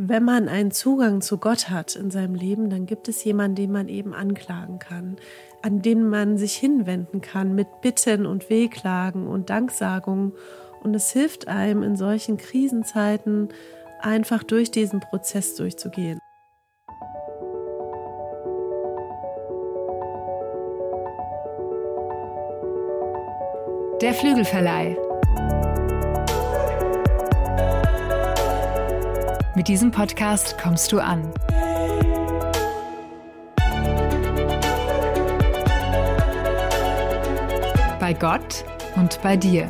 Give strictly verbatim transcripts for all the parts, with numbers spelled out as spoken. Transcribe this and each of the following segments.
Wenn man einen Zugang zu Gott hat in seinem Leben, dann gibt es jemanden, den man eben anklagen kann, an den man sich hinwenden kann mit Bitten und Wehklagen und Danksagungen. Und es hilft einem in solchen Krisenzeiten einfach durch diesen Prozess durchzugehen. Der Flügelverleih. Mit diesem Podcast kommst du an. Bei Gott und bei dir.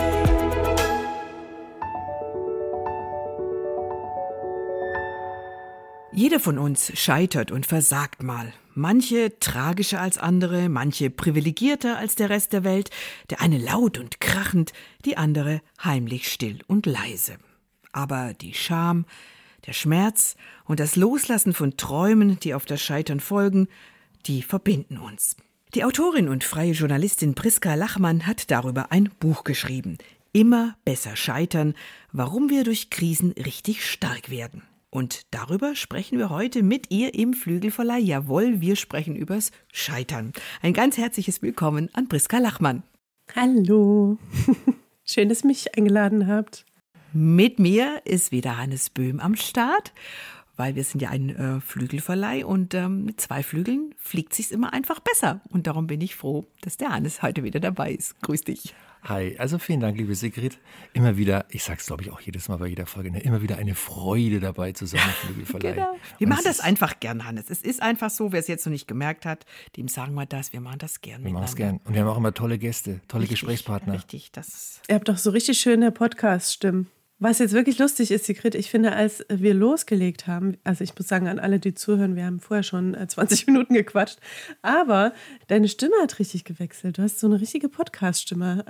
Jeder von uns scheitert und versagt mal. Manche tragischer als andere, manche privilegierter als der Rest der Welt. Der eine laut und krachend, die andere heimlich still und leise. Aber die Scham, der Schmerz und das Loslassen von Träumen, die auf das Scheitern folgen, die verbinden uns. Die Autorin und freie Journalistin Priska Lachmann hat darüber ein Buch geschrieben. Immer besser scheitern, warum wir durch Krisen richtig stark werden. Und darüber sprechen wir heute mit ihr im Flügelverleih. Jawohl, wir sprechen übers Scheitern. Ein ganz herzliches Willkommen an Priska Lachmann. Hallo, schön, dass ihr mich eingeladen habt. Mit mir ist wieder Hannes Böhm am Start, weil wir sind ja ein äh, Flügelverleih und ähm, mit zwei Flügeln fliegt sich's immer einfach besser. Und darum bin ich froh, dass der Hannes heute wieder dabei ist. Grüß dich. Hi, also vielen Dank, liebe Sigrid. Immer wieder, ich sag's glaube ich auch jedes Mal bei jeder Folge, ne, immer wieder eine Freude dabei zu sein im Flügelverleih. Genau. Wir machen das einfach gern, Hannes. Es ist einfach so, wer es jetzt noch nicht gemerkt hat, dem sagen wir das, wir machen das gern. Wir machen es gern. Und wir haben auch immer tolle Gäste, tolle richtig, Gesprächspartner. Richtig, das. Ihr habt doch so richtig schöne Podcast-Stimmen. Was jetzt wirklich lustig ist, Sigrid, ich finde, als wir losgelegt haben, also ich muss sagen, an alle, die zuhören, wir haben vorher schon zwanzig Minuten gequatscht, aber deine Stimme hat richtig gewechselt. Du hast so eine richtige Podcast-Stimme.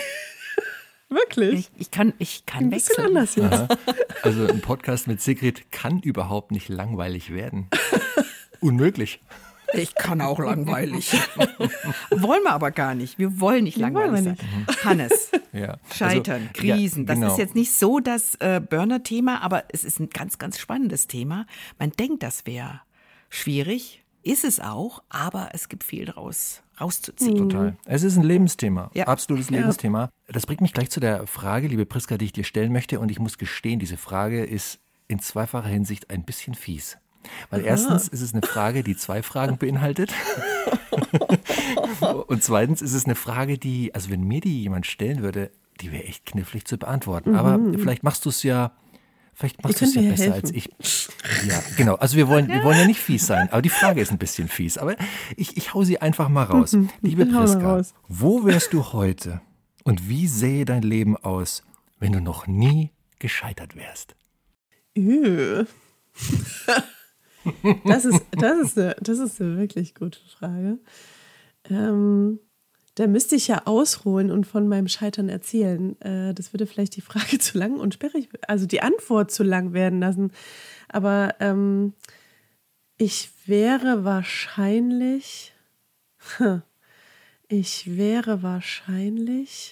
Wirklich. Ich, ich kann, ich kann ein bisschen wechseln. Anders jetzt. Aha. Also ein Podcast mit Sigrid kann überhaupt nicht langweilig werden. Unmöglich. Ich kann auch langweilig. Wollen wir aber gar nicht. Wir wollen nicht langweilig wollen wir sein. Hannes, Ja. Scheitern, Also, Krisen, ja, genau. das ist jetzt nicht so das äh, Burner-Thema, aber es ist ein ganz, ganz spannendes Thema. Man denkt, das wäre schwierig, ist es auch, aber es gibt viel daraus rauszuziehen. Total. Es ist ein Lebensthema, Ja. absolutes Lebensthema. Das bringt mich gleich zu der Frage, liebe Priska, die ich dir stellen möchte. Und ich muss gestehen, diese Frage ist in zweifacher Hinsicht ein bisschen fies. Weil erstens ist es eine Frage, die zwei Fragen beinhaltet. Und zweitens ist es eine Frage, die, also wenn mir die jemand stellen würde, die wäre echt knifflig zu beantworten. Aber vielleicht machst du es ja, vielleicht machst du es ja mir besser helfen. als ich. Ja, genau. Also wir wollen, wir wollen ja nicht fies sein, aber die Frage ist ein bisschen fies. Aber ich, ich hau sie einfach mal raus. Liebe Hau mal Priska, raus. wo wärst du heute und wie sähe dein Leben aus, wenn du noch nie gescheitert wärst? Üh. Das ist, das, ist eine, das ist eine wirklich gute Frage. Ähm, da müsste ich ja ausholen und von meinem Scheitern erzählen. Äh, das würde vielleicht die Frage zu lang und sperrig, also die Antwort zu lang werden lassen. Aber ähm, ich wäre wahrscheinlich, ich wäre wahrscheinlich,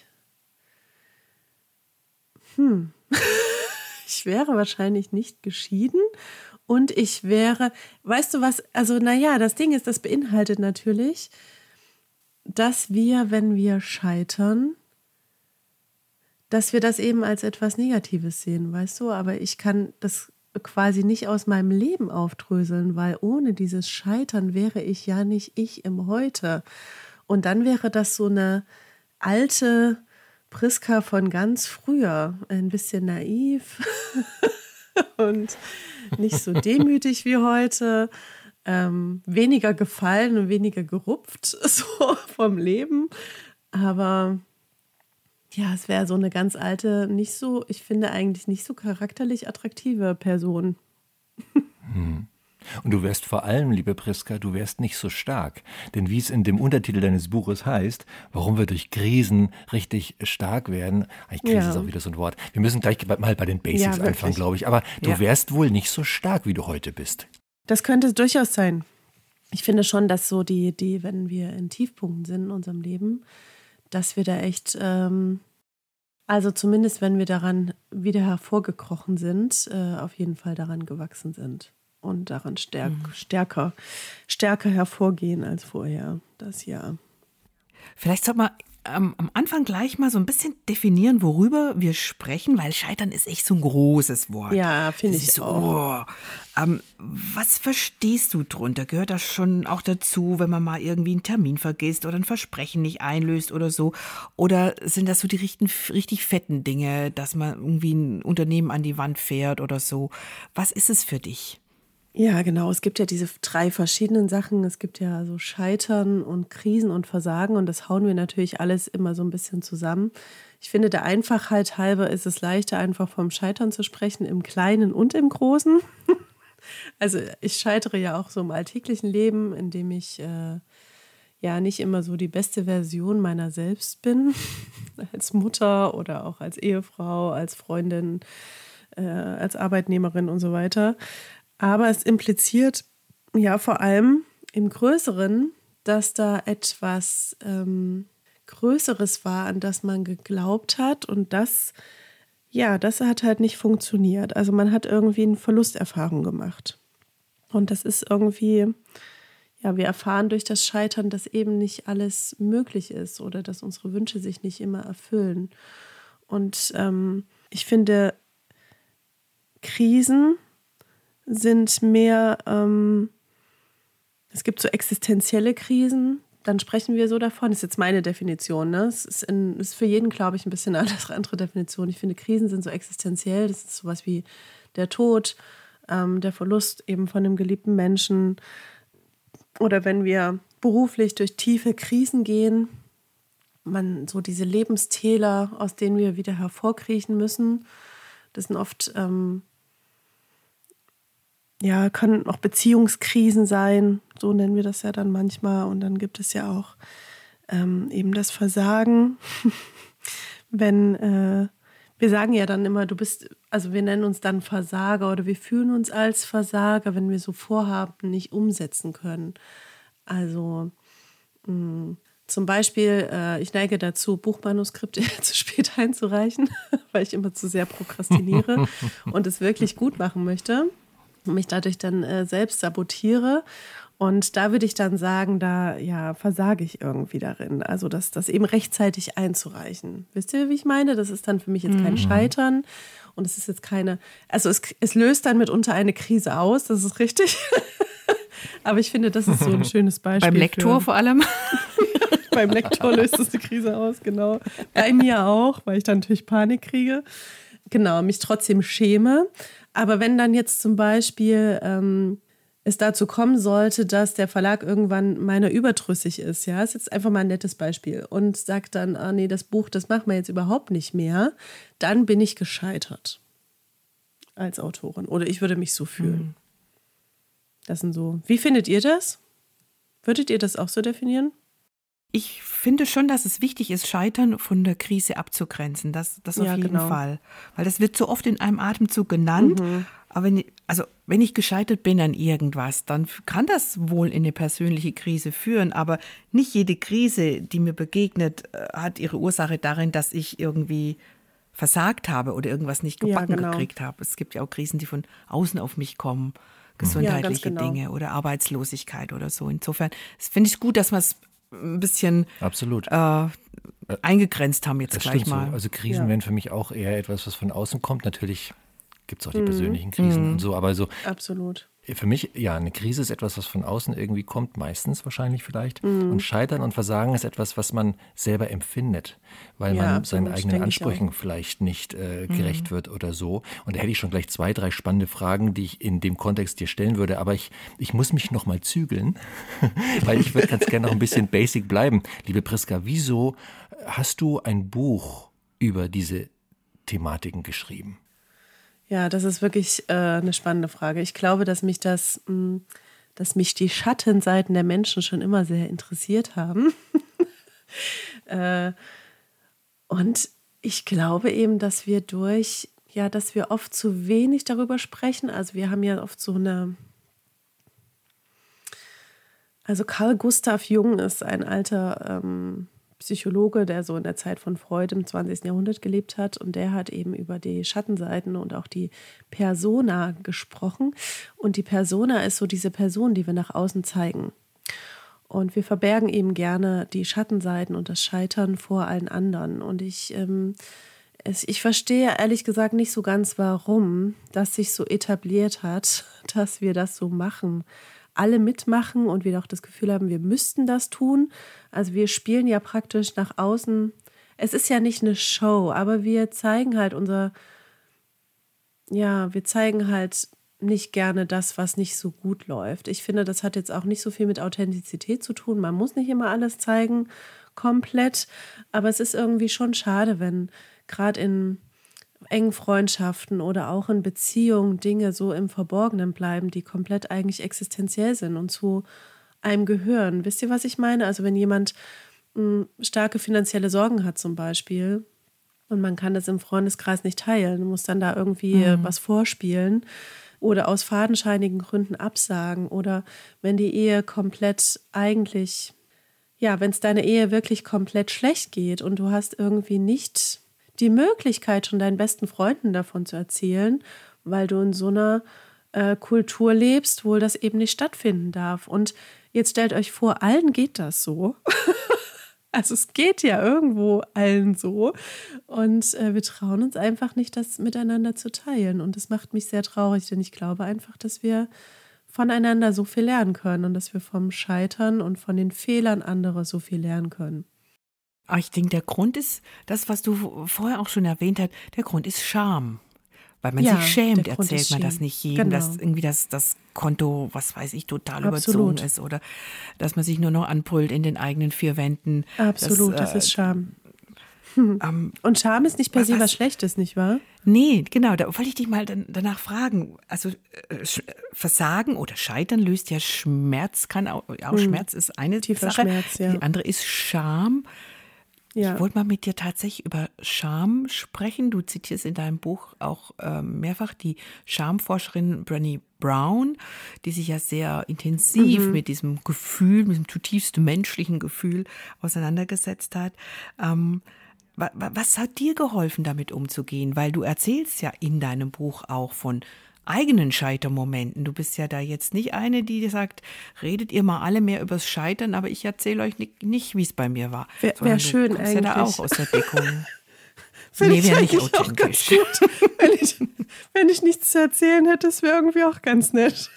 hm, ich wäre wahrscheinlich nicht geschieden. Und ich wäre, weißt du was, also naja, das Ding ist, das beinhaltet natürlich, dass wir, wenn wir scheitern, dass wir das eben als etwas Negatives sehen, weißt du? Aber ich kann das quasi nicht aus meinem Leben aufdröseln, weil ohne dieses Scheitern wäre ich ja nicht ich im Heute. Und dann wäre das so eine alte Priska von ganz früher, ein bisschen naiv und nicht so demütig wie heute, ähm, weniger gefallen und weniger gerupft so vom Leben. Aber ja, es wäre so eine ganz alte, nicht so, ich finde eigentlich nicht so charakterlich attraktive Person. Hm. Und du wärst vor allem, liebe Priska, du wärst nicht so stark. Denn wie es in dem Untertitel deines Buches heißt, warum wir durch Krisen richtig stark werden, eigentlich Krise Ja. ist auch wieder so ein Wort, wir müssen gleich mal bei den Basics Ja, wirklich. anfangen, glaube ich. Aber du Ja. wärst wohl nicht so stark, wie du heute bist. Das könnte es durchaus sein. Ich finde schon, dass so die, die, wenn wir in Tiefpunkten sind in unserem Leben, dass wir da echt ähm, Also zumindest, wenn wir daran wieder hervorgekrochen sind, äh, auf jeden Fall daran gewachsen sind und daran stärk, mhm. stärker, stärker hervorgehen als vorher. Das ja. Vielleicht sollte man ähm, am Anfang gleich mal so ein bisschen definieren, worüber wir sprechen, weil Scheitern ist echt so ein großes Wort. Ja, finde ich so, auch. Oh, ähm, was verstehst du drunter? Gehört das schon auch dazu, wenn man mal irgendwie einen Termin vergisst oder ein Versprechen nicht einlöst oder so? Oder sind das so die richtig, richtig fetten Dinge, dass man irgendwie ein Unternehmen an die Wand fährt oder so? Was ist es für dich? Ja, genau. Es gibt ja diese drei verschiedenen Sachen. Es gibt ja so Scheitern und Krisen und Versagen und das hauen wir natürlich alles immer so ein bisschen zusammen. Ich finde, der Einfachheit halber ist es leichter, einfach vom Scheitern zu sprechen, im Kleinen und im Großen. Also ich scheitere ja auch so im alltäglichen Leben, indem ich äh, ja nicht immer so die beste Version meiner selbst bin, als Mutter oder auch als Ehefrau, als Freundin, äh, als Arbeitnehmerin und so weiter. Aber es impliziert ja vor allem im Größeren, dass da etwas ähm, Größeres war, an das man geglaubt hat. Und das, ja, das hat halt nicht funktioniert. Also man hat irgendwie eine Verlusterfahrung gemacht. Und das ist irgendwie, ja, wir erfahren durch das Scheitern, dass eben nicht alles möglich ist oder dass unsere Wünsche sich nicht immer erfüllen. Und ähm, ich finde, Krisen sind mehr, ähm, es gibt so existenzielle Krisen, dann sprechen wir so davon. Das ist jetzt meine Definition, ne? Es ist, in, ist für jeden, glaube ich, ein bisschen eine andere Definition. Ich finde, Krisen sind so existenziell, das ist sowas wie der Tod, ähm, der Verlust eben von einem geliebten Menschen oder wenn wir beruflich durch tiefe Krisen gehen, man so diese Lebenstäler, aus denen wir wieder hervorkriechen müssen, das sind oft ähm, ja, können auch Beziehungskrisen sein, so nennen wir das ja dann manchmal. Und dann gibt es ja auch ähm, eben das Versagen. Wenn, äh, wir sagen ja dann immer, du bist, also wir nennen uns dann Versager oder wir fühlen uns als Versager, wenn wir so Vorhaben nicht umsetzen können. Also mh, zum Beispiel, äh, ich neige dazu, Buchmanuskripte zu spät einzureichen, weil ich immer zu sehr prokrastiniere und es wirklich gut machen möchte. Mich dadurch dann äh, selbst sabotiere. Und da würde ich dann sagen, da ja versage ich irgendwie darin. Also das, das eben rechtzeitig einzureichen. Wisst ihr, wie ich meine? Das ist dann für mich jetzt kein mhm. Scheitern. Und es ist jetzt keine, also es, es löst dann mitunter eine Krise aus, das ist richtig. Aber ich finde, das ist so ein schönes Beispiel. Beim Lektor für, vor allem? Beim Lektor löst es eine Krise aus, genau. Bei mir auch, weil ich dann natürlich Panik kriege. Genau, mich trotzdem schäme. Aber wenn dann jetzt zum Beispiel ähm, es dazu kommen sollte, dass der Verlag irgendwann meiner überdrüssig ist, ja, ist jetzt einfach mal ein nettes Beispiel und sagt dann, ah nee, das Buch, das machen wir jetzt überhaupt nicht mehr, dann bin ich gescheitert als Autorin oder ich würde mich so fühlen. Mhm. Das sind so, wie findet ihr das? Würdet ihr das auch so definieren? Ich finde schon, dass es wichtig ist, Scheitern von der Krise abzugrenzen. Das, das auf ja, jeden genau. Fall. Weil das wird so oft in einem Atemzug genannt. Mhm. Aber wenn ich, also wenn ich gescheitert bin an irgendwas, dann kann das wohl in eine persönliche Krise führen. Aber nicht jede Krise, die mir begegnet, hat ihre Ursache darin, dass ich irgendwie versagt habe oder irgendwas nicht gebacken ja, genau. gekriegt habe. Es gibt ja auch Krisen, die von außen auf mich kommen. Gesundheitliche ja, genau. Dinge oder Arbeitslosigkeit oder so. Insofern finde ich es gut, dass man es ein bisschen Absolut. Äh, eingegrenzt haben jetzt das gleich stimmt mal. So. Also Krisen ja. wären für mich auch eher etwas, was von außen kommt. Natürlich gibt es auch die mhm. persönlichen Krisen mhm. und so, aber so. Absolut. Für mich, ja, eine Krise ist etwas, was von außen irgendwie kommt, meistens wahrscheinlich vielleicht. Mhm. Und Scheitern und Versagen ist etwas, was man selber empfindet, weil ja, man absolut, seinen eigenen Ansprüchen vielleicht nicht äh, gerecht mhm. wird oder so. Und da hätte ich schon gleich zwei, drei spannende Fragen, die ich in dem Kontext dir stellen würde. Aber ich, ich muss mich noch mal zügeln, weil ich würde ganz gerne noch ein bisschen basic bleiben. Liebe Priska, wieso hast du ein Buch über diese Thematiken geschrieben? Ja, das ist wirklich äh, eine spannende Frage. Ich glaube, dass mich das, mh, dass mich die Schattenseiten der Menschen schon immer sehr interessiert haben. äh, und ich glaube eben, dass wir durch, ja, dass wir oft zu wenig darüber sprechen. Also wir haben ja oft so eine, also Carl Gustav Jung ist ein alter ähm, Psychologe, der so in der Zeit von Freud im zwanzigsten Jahrhundert gelebt hat. Und der hat eben über die Schattenseiten und auch die Persona gesprochen. Und die Persona ist so diese Person, die wir nach außen zeigen. Und wir verbergen eben gerne die Schattenseiten und das Scheitern vor allen anderen. Und ich, ähm, es, ich verstehe ehrlich gesagt nicht so ganz, warum das sich so etabliert hat, dass wir das so machen. Alle mitmachen und wir auch das Gefühl haben, wir müssten das tun. Also wir spielen ja praktisch nach außen. Es ist ja nicht eine Show, aber wir zeigen halt unser, ja, wir zeigen halt nicht gerne das, was nicht so gut läuft. Ich finde, das hat jetzt auch nicht so viel mit Authentizität zu tun. Man muss nicht immer alles zeigen, komplett. Aber es ist irgendwie schon schade, wenn gerade in engen Freundschaften oder auch in Beziehungen Dinge so im Verborgenen bleiben, die komplett eigentlich existenziell sind und zu einem gehören. Wisst ihr, was ich meine? Also wenn jemand mh, starke finanzielle Sorgen hat zum Beispiel und man kann das im Freundeskreis nicht teilen, muss dann da irgendwie mhm. was vorspielen oder aus fadenscheinigen Gründen absagen oder wenn die Ehe komplett eigentlich, ja, wenn es deiner Ehe wirklich komplett schlecht geht und du hast irgendwie nicht die Möglichkeit, schon deinen besten Freunden davon zu erzählen, weil du in so einer äh, Kultur lebst, wo das eben nicht stattfinden darf. Und jetzt stellt euch vor, allen geht das so. Also es geht ja irgendwo allen so. Und äh, wir trauen uns einfach nicht, das miteinander zu teilen. Und das macht mich sehr traurig, denn ich glaube einfach, dass wir voneinander so viel lernen können und dass wir vom Scheitern und von den Fehlern anderer so viel lernen können. Aber ich denke, der Grund ist, das, was du vorher auch schon erwähnt hast, der Grund ist Scham. Weil man Ja, sich schämt, der Grund erzählt ist man Scham. das nicht jedem, Genau. dass irgendwie das, das Konto, was weiß ich, total Absolut. überzogen ist oder dass man sich nur noch anbrüllt in den eigenen vier Wänden. Absolut, das, äh, ist Scham. ähm, Und Scham ist nicht per se was- was Schlechtes, nicht wahr? Nee, genau, da wollte ich dich mal dann, danach fragen. Also äh, Sch- Versagen oder Scheitern löst ja Schmerz, kann auch, auch Schmerz ist eine Tiefer Sache. Schmerz, ja. Die andere ist Scham. Ja. Ich wollte mal mit dir tatsächlich über Scham sprechen. Du zitierst in deinem Buch auch ähm, mehrfach die Schamforscherin Brené Brown, die sich ja sehr intensiv Mhm. mit diesem Gefühl, mit diesem zutiefst menschlichen Gefühl auseinandergesetzt hat. Ähm, wa- wa- was hat dir geholfen, damit umzugehen? Weil du erzählst ja in deinem Buch auch von eigenen Scheitermomenten. Du bist ja da jetzt nicht eine, die sagt, redet ihr mal alle mehr übers Scheitern, aber ich erzähle euch nicht, nicht wie es bei mir war. Wär- wär Sondern schön du kommst ja da eigentlich. auch aus der Deckung. Finde Nee, ich wär nicht eigentlich auch ganz authentisch. gut. Wenn ich, wenn ich nichts zu erzählen hätte, das wäre irgendwie auch ganz nett.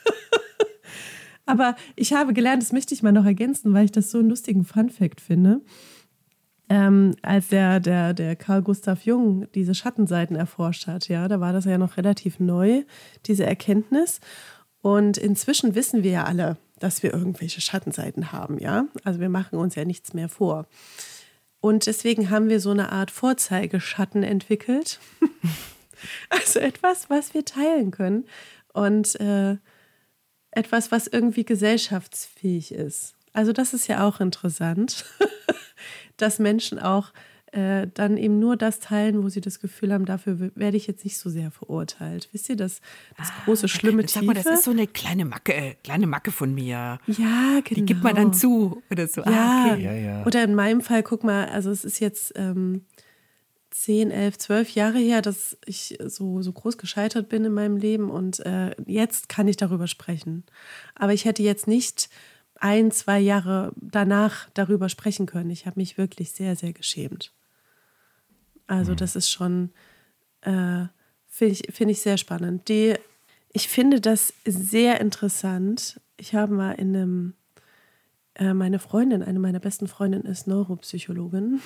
Aber ich habe gelernt, das möchte ich mal noch ergänzen, weil ich das so einen lustigen Funfact finde. Ähm, als der, der, der Carl Gustav Jung diese Schattenseiten erforscht hat, ja, da war das ja noch relativ neu, diese Erkenntnis. Und inzwischen wissen wir ja alle, dass wir irgendwelche Schattenseiten haben, ja. Also wir machen uns ja nichts mehr vor. Und deswegen haben wir so eine Art Vorzeigeschatten entwickelt. Also etwas, was wir teilen können und äh, etwas, was irgendwie gesellschaftsfähig ist. Also das ist ja auch interessant, dass Menschen auch äh, dann eben nur das teilen, wo sie das Gefühl haben, dafür werde ich jetzt nicht so sehr verurteilt. Wisst ihr, das, das große, schlimme Sag mal, Tiefe? das ist so eine kleine Macke, äh, kleine Macke von mir. Ja, genau. Die gibt man dann zu oder so. Ja, Ah, okay. Ja, ja. Oder in meinem Fall, guck mal, also es ist jetzt ähm, zehn, elf, zwölf Jahre her, dass ich so, so groß gescheitert bin in meinem Leben und äh, jetzt kann ich darüber sprechen. Aber ich hätte jetzt nicht ein, zwei Jahre danach darüber sprechen können. Ich habe mich wirklich sehr, sehr geschämt. Also das ist schon, äh, finde ich, find ich sehr spannend. Die, ich finde das sehr interessant. Ich habe mal in einem, äh, meine Freundin, eine meiner besten Freundinnen ist Neuropsychologin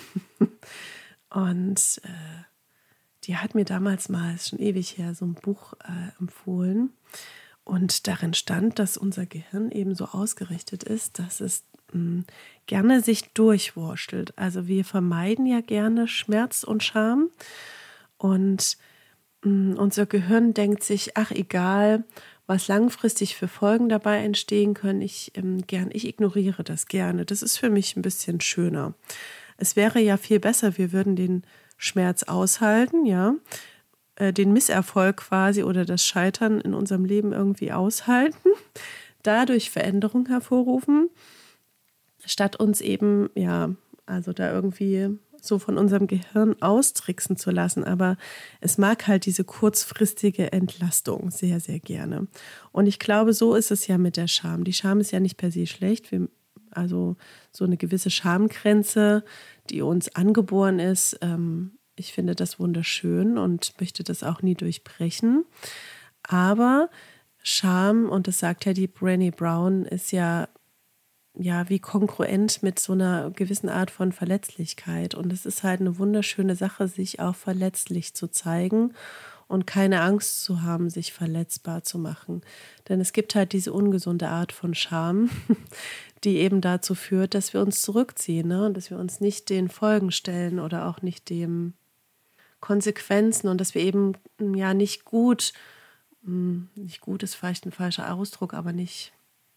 und äh, die hat mir damals mal, ist schon ewig her, so ein Buch äh, empfohlen. Und darin stand, dass unser Gehirn eben so ausgerichtet ist, dass es mh, gerne sich durchwurschtelt. Also wir vermeiden ja gerne Schmerz und Scham. Und mh, unser Gehirn denkt sich, ach egal, was langfristig für Folgen dabei entstehen können, ich, ähm, gern, ich ignoriere das gerne. Das ist für mich ein bisschen schöner. Es wäre ja viel besser, wir würden den Schmerz aushalten, ja, den Misserfolg quasi oder das Scheitern in unserem Leben irgendwie aushalten, dadurch Veränderung hervorrufen, statt uns eben ja also da irgendwie so von unserem Gehirn austricksen zu lassen. Aber es mag halt diese kurzfristige Entlastung sehr, sehr gerne. Und ich glaube, so ist es ja mit der Scham. Die Scham ist ja nicht per se schlecht. Wir, also so eine gewisse Schamgrenze, die uns angeboren ist. Ähm, ich finde das wunderschön und möchte das auch nie durchbrechen. Aber Scham, und das sagt ja die Brené Brown, ist ja ja, wie kongruent mit so einer gewissen Art von Verletzlichkeit. Und es ist halt eine wunderschöne Sache, sich auch verletzlich zu zeigen und keine Angst zu haben, sich verletzbar zu machen. Denn es gibt halt diese ungesunde Art von Scham, die eben dazu führt, dass wir uns zurückziehen, ne? Und dass wir uns nicht den Folgen stellen oder auch nicht dem Konsequenzen und dass wir eben ja nicht gut, nicht gut ist vielleicht ein falscher Ausdruck, aber nicht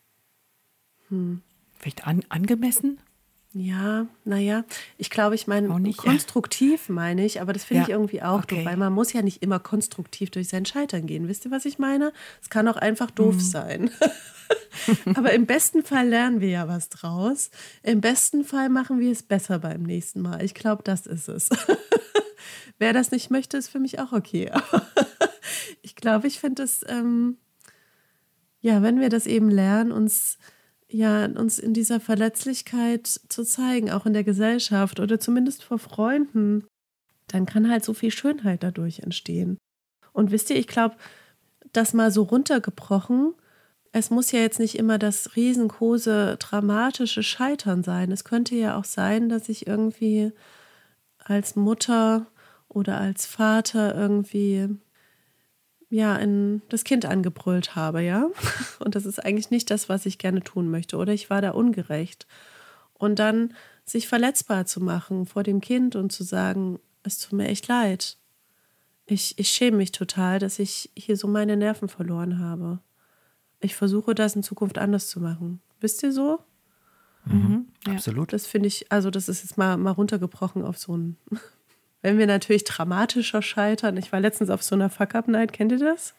hm, Vielleicht an, angemessen? Ja, naja, ich glaube, ich meine, nicht, konstruktiv meine ich, aber das finde ja. ich irgendwie auch Okay. doof, weil man muss ja nicht immer konstruktiv durch sein Scheitern gehen. Wisst ihr, was ich meine? Es kann auch einfach doof Mhm. sein. Aber im besten Fall lernen wir ja was draus. Im besten Fall machen wir es besser beim nächsten Mal. Ich glaube, das ist es. Wer das nicht möchte, ist für mich auch okay. Aber ich glaube, ich finde es, ähm, ja, wenn wir das eben lernen, uns ja, uns in dieser Verletzlichkeit zu zeigen, auch in der Gesellschaft oder zumindest vor Freunden, dann kann halt so viel Schönheit dadurch entstehen. Und wisst ihr, ich glaube, das mal so runtergebrochen, es muss ja jetzt nicht immer das riesengroße, dramatische Scheitern sein. Es könnte ja auch sein, dass ich irgendwie als Mutter oder als Vater irgendwie ja, in das Kind angebrüllt habe, ja. Und das ist eigentlich nicht das, was ich gerne tun möchte. Oder ich war da ungerecht. Und dann sich verletzbar zu machen vor dem Kind und zu sagen, es tut mir echt leid. Ich, ich schäme mich total, dass ich hier so meine Nerven verloren habe. Ich versuche, das in Zukunft anders zu machen. Wisst ihr so? Mhm, Ja. absolut. Das finde ich, also das ist jetzt mal, mal runtergebrochen auf so ein... Wenn wir natürlich dramatischer scheitern. Ich war letztens auf so einer Fuck-Up-Night, kennt ihr das?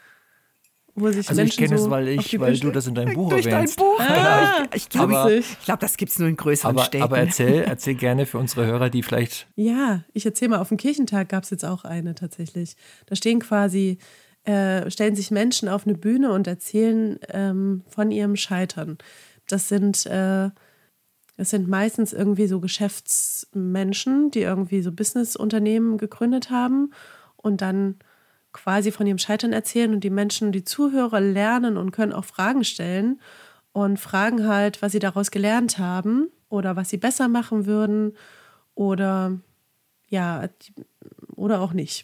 Wo sich Also ich Menschen kenne so es, weil, auf die ich, weil Büsche- du das in deinem Buch Durch dein erwähnst. Buch. Ah, Genau. Ich, ich glaube, aber- ich glaub, das gibt es nur in größeren Aber, Städten. aber erzähl, erzähl gerne für unsere Hörer, die vielleicht... Ja, ich erzähle mal, auf dem Kirchentag gab es jetzt auch eine tatsächlich. Da stehen quasi, äh, stellen sich Menschen auf eine Bühne und erzählen ähm, von ihrem Scheitern. Das sind, äh, das sind meistens irgendwie so Geschäftsmenschen, die irgendwie so Businessunternehmen gegründet haben und dann quasi von ihrem Scheitern erzählen und die Menschen, die Zuhörer lernen und können auch Fragen stellen und fragen halt, was sie daraus gelernt haben oder was sie besser machen würden oder ja, oder auch nicht.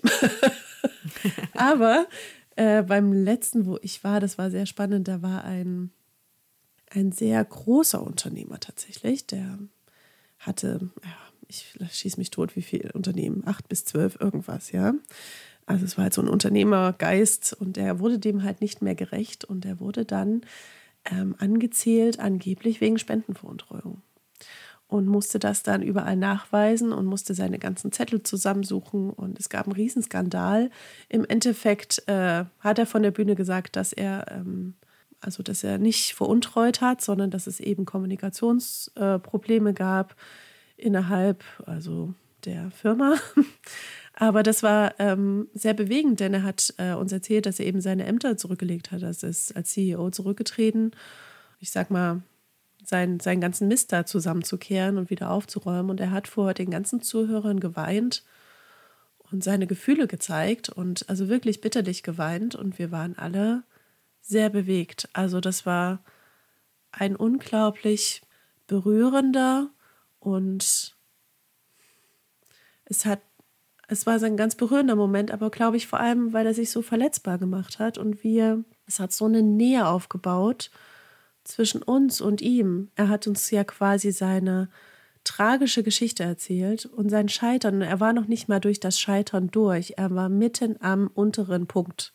Aber äh, beim letzten, wo ich war, das war sehr spannend, da war ein, ein sehr großer Unternehmer tatsächlich, der hatte, ja, ich schieß mich tot, wie viele Unternehmen, acht bis zwölf irgendwas, ja. Also es war halt so ein Unternehmergeist und der wurde dem halt nicht mehr gerecht und der wurde dann ähm, angezählt, angeblich wegen Spendenveruntreuung. Und musste das dann überall nachweisen und musste seine ganzen Zettel zusammensuchen. Und es gab einen Riesenskandal. Im Endeffekt äh, hat er von der Bühne gesagt, dass er, ähm, also dass er nicht veruntreut hat, sondern dass es eben Kommunikationsprobleme äh, gab innerhalb also der Firma. Aber das war ähm, sehr bewegend, denn er hat äh, uns erzählt, dass er eben seine Ämter zurückgelegt hat. Also er ist als C E O zurückgetreten. Ich sag mal, Sein, seinen ganzen Mist da zusammenzukehren und wieder aufzuräumen. Und er hat vor den ganzen Zuhörern geweint und seine Gefühle gezeigt und also wirklich bitterlich geweint. Und wir waren alle sehr bewegt. Also das war ein unglaublich berührender und es hat, es war so ein ganz berührender Moment, aber glaube ich vor allem, weil er sich so verletzbar gemacht hat und wir, es hat so eine Nähe aufgebaut zwischen uns und ihm. Er hat uns ja quasi seine tragische Geschichte erzählt und sein Scheitern. Er war noch nicht mal durch das Scheitern durch. Er war mitten am unteren Punkt.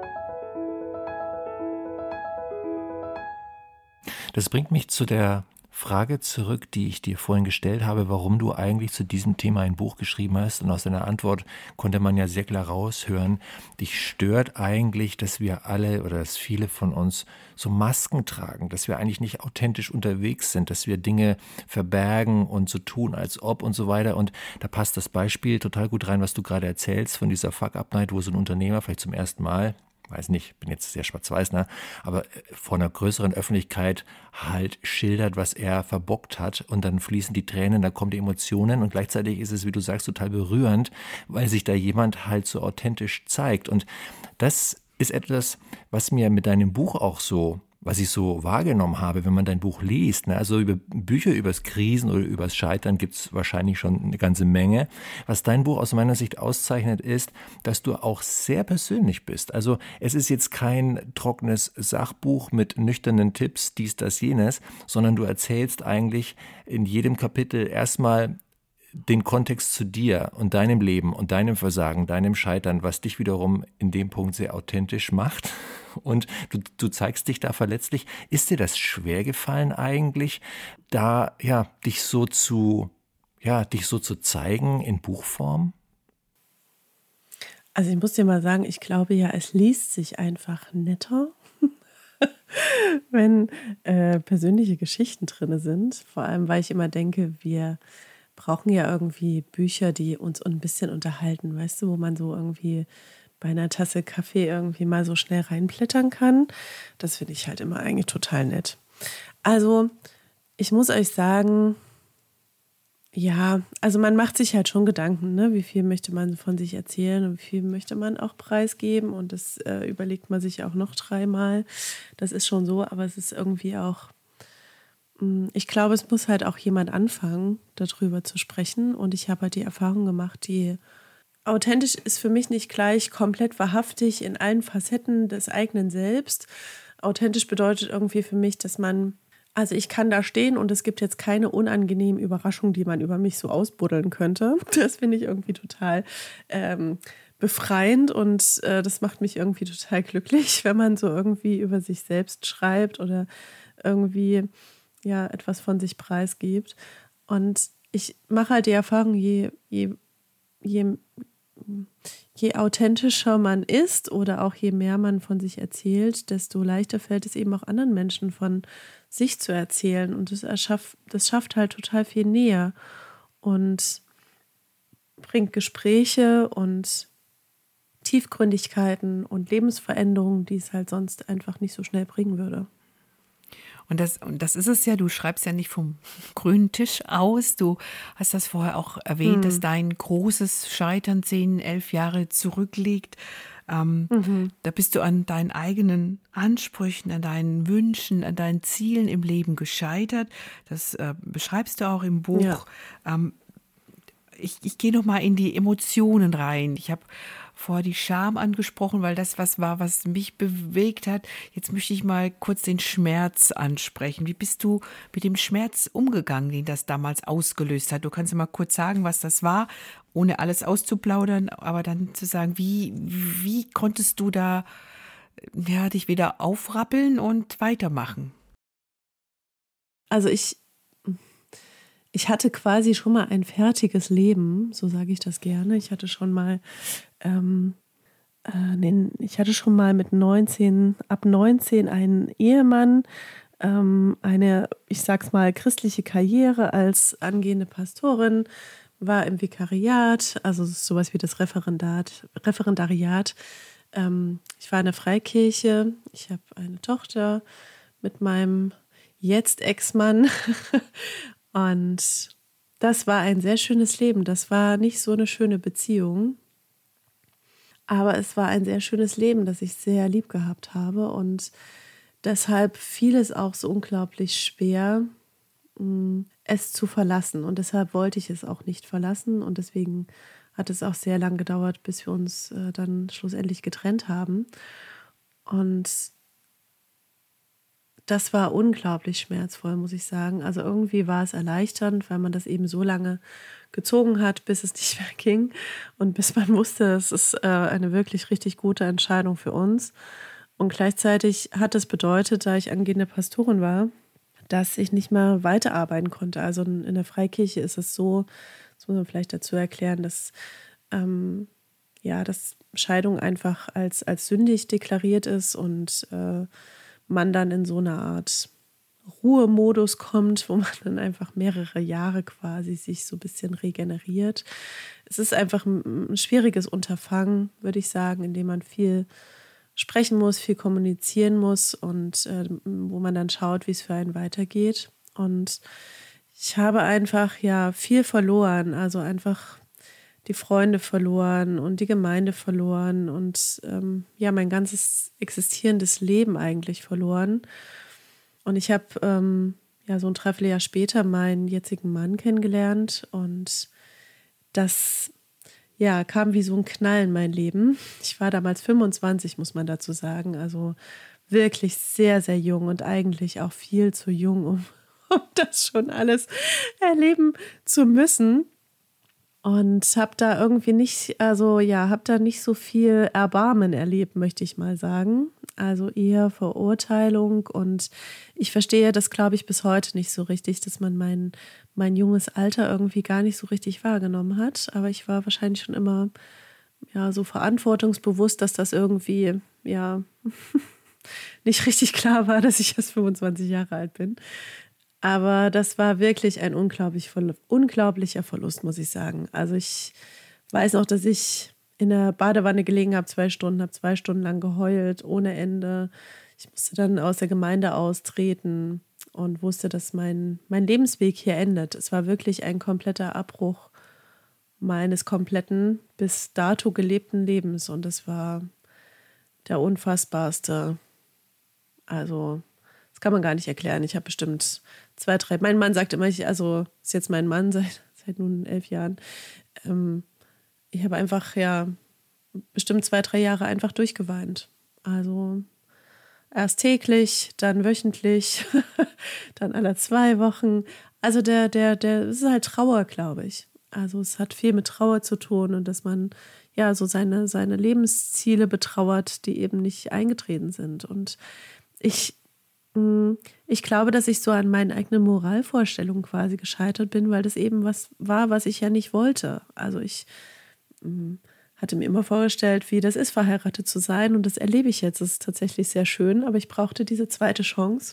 Das bringt mich zu der Frage zurück, die ich dir vorhin gestellt habe, warum du eigentlich zu diesem Thema ein Buch geschrieben hast. Und aus deiner Antwort konnte man ja sehr klar raushören, dich stört eigentlich, dass wir alle oder dass viele von uns so Masken tragen, dass wir eigentlich nicht authentisch unterwegs sind, dass wir Dinge verbergen und so tun, als ob und so weiter. Und da passt das Beispiel total gut rein, was du gerade erzählst von dieser Fuck-Up-Night, wo so ein Unternehmer vielleicht zum ersten Mal, weiß nicht, bin jetzt sehr schwarz-weiß, ne? Aber vor einer größeren Öffentlichkeit halt schildert, was er verbockt hat und dann fließen die Tränen, da kommen die Emotionen und gleichzeitig ist es, wie du sagst, total berührend, weil sich da jemand halt so authentisch zeigt und das ist etwas, was mir mit deinem Buch auch so, was ich so wahrgenommen habe, wenn man dein Buch liest. Ne? Also über Bücher übers Krisen oder übers Scheitern gibt es wahrscheinlich schon eine ganze Menge. Was dein Buch aus meiner Sicht auszeichnet, ist, dass du auch sehr persönlich bist. Also es ist jetzt kein trockenes Sachbuch mit nüchternen Tipps, dies, das, jenes, sondern du erzählst eigentlich in jedem Kapitel erstmal den Kontext zu dir und deinem Leben und deinem Versagen, deinem Scheitern, was dich wiederum in dem Punkt sehr authentisch macht und du, du zeigst dich da verletzlich. Ist dir das schwer gefallen eigentlich, da ja dich so zu ja dich so zu zeigen in Buchform? Also ich muss dir mal sagen, ich glaube ja, es liest sich einfach netter, wenn äh, persönliche Geschichten drin sind. Vor allem, weil ich immer denke, wir brauchen ja irgendwie Bücher, die uns ein bisschen unterhalten, weißt du, wo man so irgendwie bei einer Tasse Kaffee irgendwie mal so schnell reinblättern kann. Das finde ich halt immer eigentlich total nett. Also ich muss euch sagen, ja, also man macht sich halt schon Gedanken, ne? Wie viel möchte man von sich erzählen und wie viel möchte man auch preisgeben und das äh, überlegt man sich auch noch dreimal. Das ist schon so, aber es ist irgendwie auch, ich glaube, es muss halt auch jemand anfangen, darüber zu sprechen. Und ich habe halt die Erfahrung gemacht, die authentisch ist für mich nicht gleich komplett wahrhaftig in allen Facetten des eigenen Selbst. Authentisch bedeutet irgendwie für mich, dass man, also ich kann da stehen und es gibt jetzt keine unangenehmen Überraschungen, die man über mich so ausbuddeln könnte. Das finde ich irgendwie total ähm, befreiend und äh, das macht mich irgendwie total glücklich, wenn man so irgendwie über sich selbst schreibt oder irgendwie ja etwas von sich preisgibt. Und ich mache halt die Erfahrung, je, je, je, je authentischer man ist oder auch je mehr man von sich erzählt, desto leichter fällt es eben auch anderen Menschen von sich zu erzählen. Und das, erschafft, das schafft halt total viel Nähe und bringt Gespräche und Tiefgründigkeiten und Lebensveränderungen, die es halt sonst einfach nicht so schnell bringen würde. Und das, und das ist es ja, du schreibst ja nicht vom grünen Tisch aus. Du hast das vorher auch erwähnt, hm. dass dein großes Scheitern zehn, elf Jahre zurückliegt. Ähm, mhm. Da bist du an deinen eigenen Ansprüchen, an deinen Wünschen, an deinen Zielen im Leben gescheitert. Das äh, beschreibst du auch im Buch. Ja. Ähm, ich, ich gehe noch mal in die Emotionen rein. Ich habe vorher die Scham angesprochen, weil das was war, was mich bewegt hat. Jetzt möchte ich mal kurz den Schmerz ansprechen. Wie bist du mit dem Schmerz umgegangen, den das damals ausgelöst hat? Du kannst ja mal kurz sagen, was das war, ohne alles auszuplaudern, aber dann zu sagen, wie, wie konntest du da ja, dich wieder aufrappeln und weitermachen? Also ich Ich hatte quasi schon mal ein fertiges Leben, so sage ich das gerne. Ich hatte schon mal, ähm, äh, den, ich hatte schon mal mit neunzehn, ab neunzehn einen Ehemann, ähm, eine, ich sag's mal, christliche Karriere als angehende Pastorin, war im Vikariat, also sowas wie das Referendat, Referendariat. Ähm, ich war in der Freikirche, ich habe eine Tochter mit meinem jetzt Ex-Mann. Und das war ein sehr schönes Leben. Das war nicht so eine schöne Beziehung, aber es war ein sehr schönes Leben, das ich sehr lieb gehabt habe. Und deshalb fiel es auch so unglaublich schwer, es zu verlassen. Und deshalb wollte ich es auch nicht verlassen. Und deswegen hat es auch sehr lang gedauert, bis wir uns dann schlussendlich getrennt haben. Und das war unglaublich schmerzvoll, muss ich sagen. Also irgendwie war es erleichternd, weil man das eben so lange gezogen hat, bis es nicht mehr ging und bis man wusste, es ist äh, eine wirklich richtig gute Entscheidung für uns. Und gleichzeitig hat es bedeutet, da ich angehende Pastorin war, dass ich nicht mehr weiterarbeiten konnte. Also in der Freikirche ist es so, das muss man vielleicht dazu erklären, dass, ähm, ja, dass Scheidung einfach als, als sündig deklariert ist und äh, man dann in so eine Art Ruhemodus kommt, wo man dann einfach mehrere Jahre quasi sich so ein bisschen regeneriert. Es ist einfach ein, ein schwieriges Unterfangen, würde ich sagen, in dem man viel sprechen muss, viel kommunizieren muss und äh, wo man dann schaut, wie es für einen weitergeht. Und ich habe einfach ja viel verloren, also einfach die Freunde verloren und die Gemeinde verloren und ähm, ja, mein ganzes existierendes Leben eigentlich verloren. Und ich habe ähm, ja so ein Dreivierteljahr später meinen jetzigen Mann kennengelernt und das ja, kam wie so ein Knall in mein Leben. Ich war damals fünfundzwanzig, muss man dazu sagen, also wirklich sehr, sehr jung und eigentlich auch viel zu jung, um, um das schon alles erleben zu müssen. Und habe da irgendwie nicht, also ja, habe da nicht so viel Erbarmen erlebt, möchte ich mal sagen. Also eher Verurteilung und ich verstehe das, glaube ich, bis heute nicht so richtig, dass man mein, mein junges Alter irgendwie gar nicht so richtig wahrgenommen hat. Aber ich war wahrscheinlich schon immer ja so verantwortungsbewusst, dass das irgendwie ja nicht richtig klar war, dass ich erst fünfundzwanzig Jahre alt bin. Aber das war wirklich ein unglaublich, unglaublicher Verlust, muss ich sagen. Also ich weiß noch, dass ich in der Badewanne gelegen habe, zwei Stunden, habe zwei Stunden lang geheult, ohne Ende. Ich musste dann aus der Gemeinde austreten und wusste, dass mein, mein Lebensweg hier endet. Es war wirklich ein kompletter Abbruch meines kompletten, bis dato gelebten Lebens. Und es war der unfassbarste, also das kann man gar nicht erklären. Ich habe bestimmt zwei, drei, mein Mann sagt immer, ich, also ist jetzt mein Mann seit, seit nun elf Jahren, ähm, ich habe einfach ja bestimmt zwei, drei Jahre einfach durchgeweint. Also erst täglich, dann wöchentlich, dann alle zwei Wochen. Also der, der, der, es ist halt Trauer, glaube ich. Also es hat viel mit Trauer zu tun und dass man ja so seine, seine Lebensziele betrauert, die eben nicht eingetreten sind. Und ich Ich glaube, dass ich so an meinen eigenen Moralvorstellungen quasi gescheitert bin, weil das eben was war, was ich ja nicht wollte. Also ich mh, hatte mir immer vorgestellt, wie das ist, verheiratet zu sein und das erlebe ich jetzt. Das ist tatsächlich sehr schön, aber ich brauchte diese zweite Chance.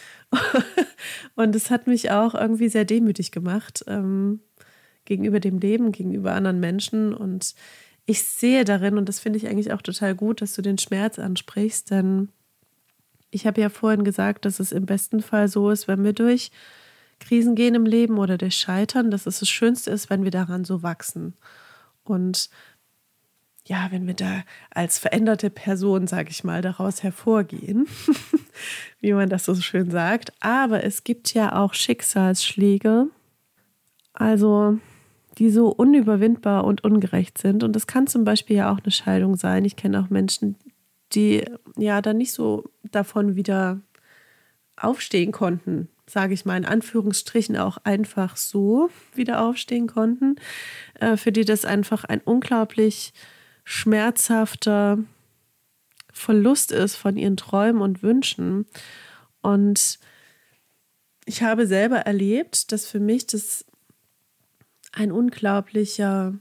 Und es hat mich auch irgendwie sehr demütig gemacht ähm, gegenüber dem Leben, gegenüber anderen Menschen. Und ich sehe darin, und das finde ich eigentlich auch total gut, dass du den Schmerz ansprichst, denn ich habe ja vorhin gesagt, dass es im besten Fall so ist, wenn wir durch Krisen gehen im Leben oder durch Scheitern, dass es das Schönste ist, wenn wir daran so wachsen. Und ja, wenn wir da als veränderte Person, sage ich mal, daraus hervorgehen, wie man das so schön sagt. Aber es gibt ja auch Schicksalsschläge, also die so unüberwindbar und ungerecht sind. Und das kann zum Beispiel ja auch eine Scheidung sein. Ich kenne auch Menschen, die ja dann nicht so davon wieder aufstehen konnten, sage ich mal in Anführungsstrichen auch einfach so wieder aufstehen konnten, äh, für die das einfach ein unglaublich schmerzhafter Verlust ist von ihren Träumen und Wünschen. Und ich habe selber erlebt, dass für mich das ein unglaublicher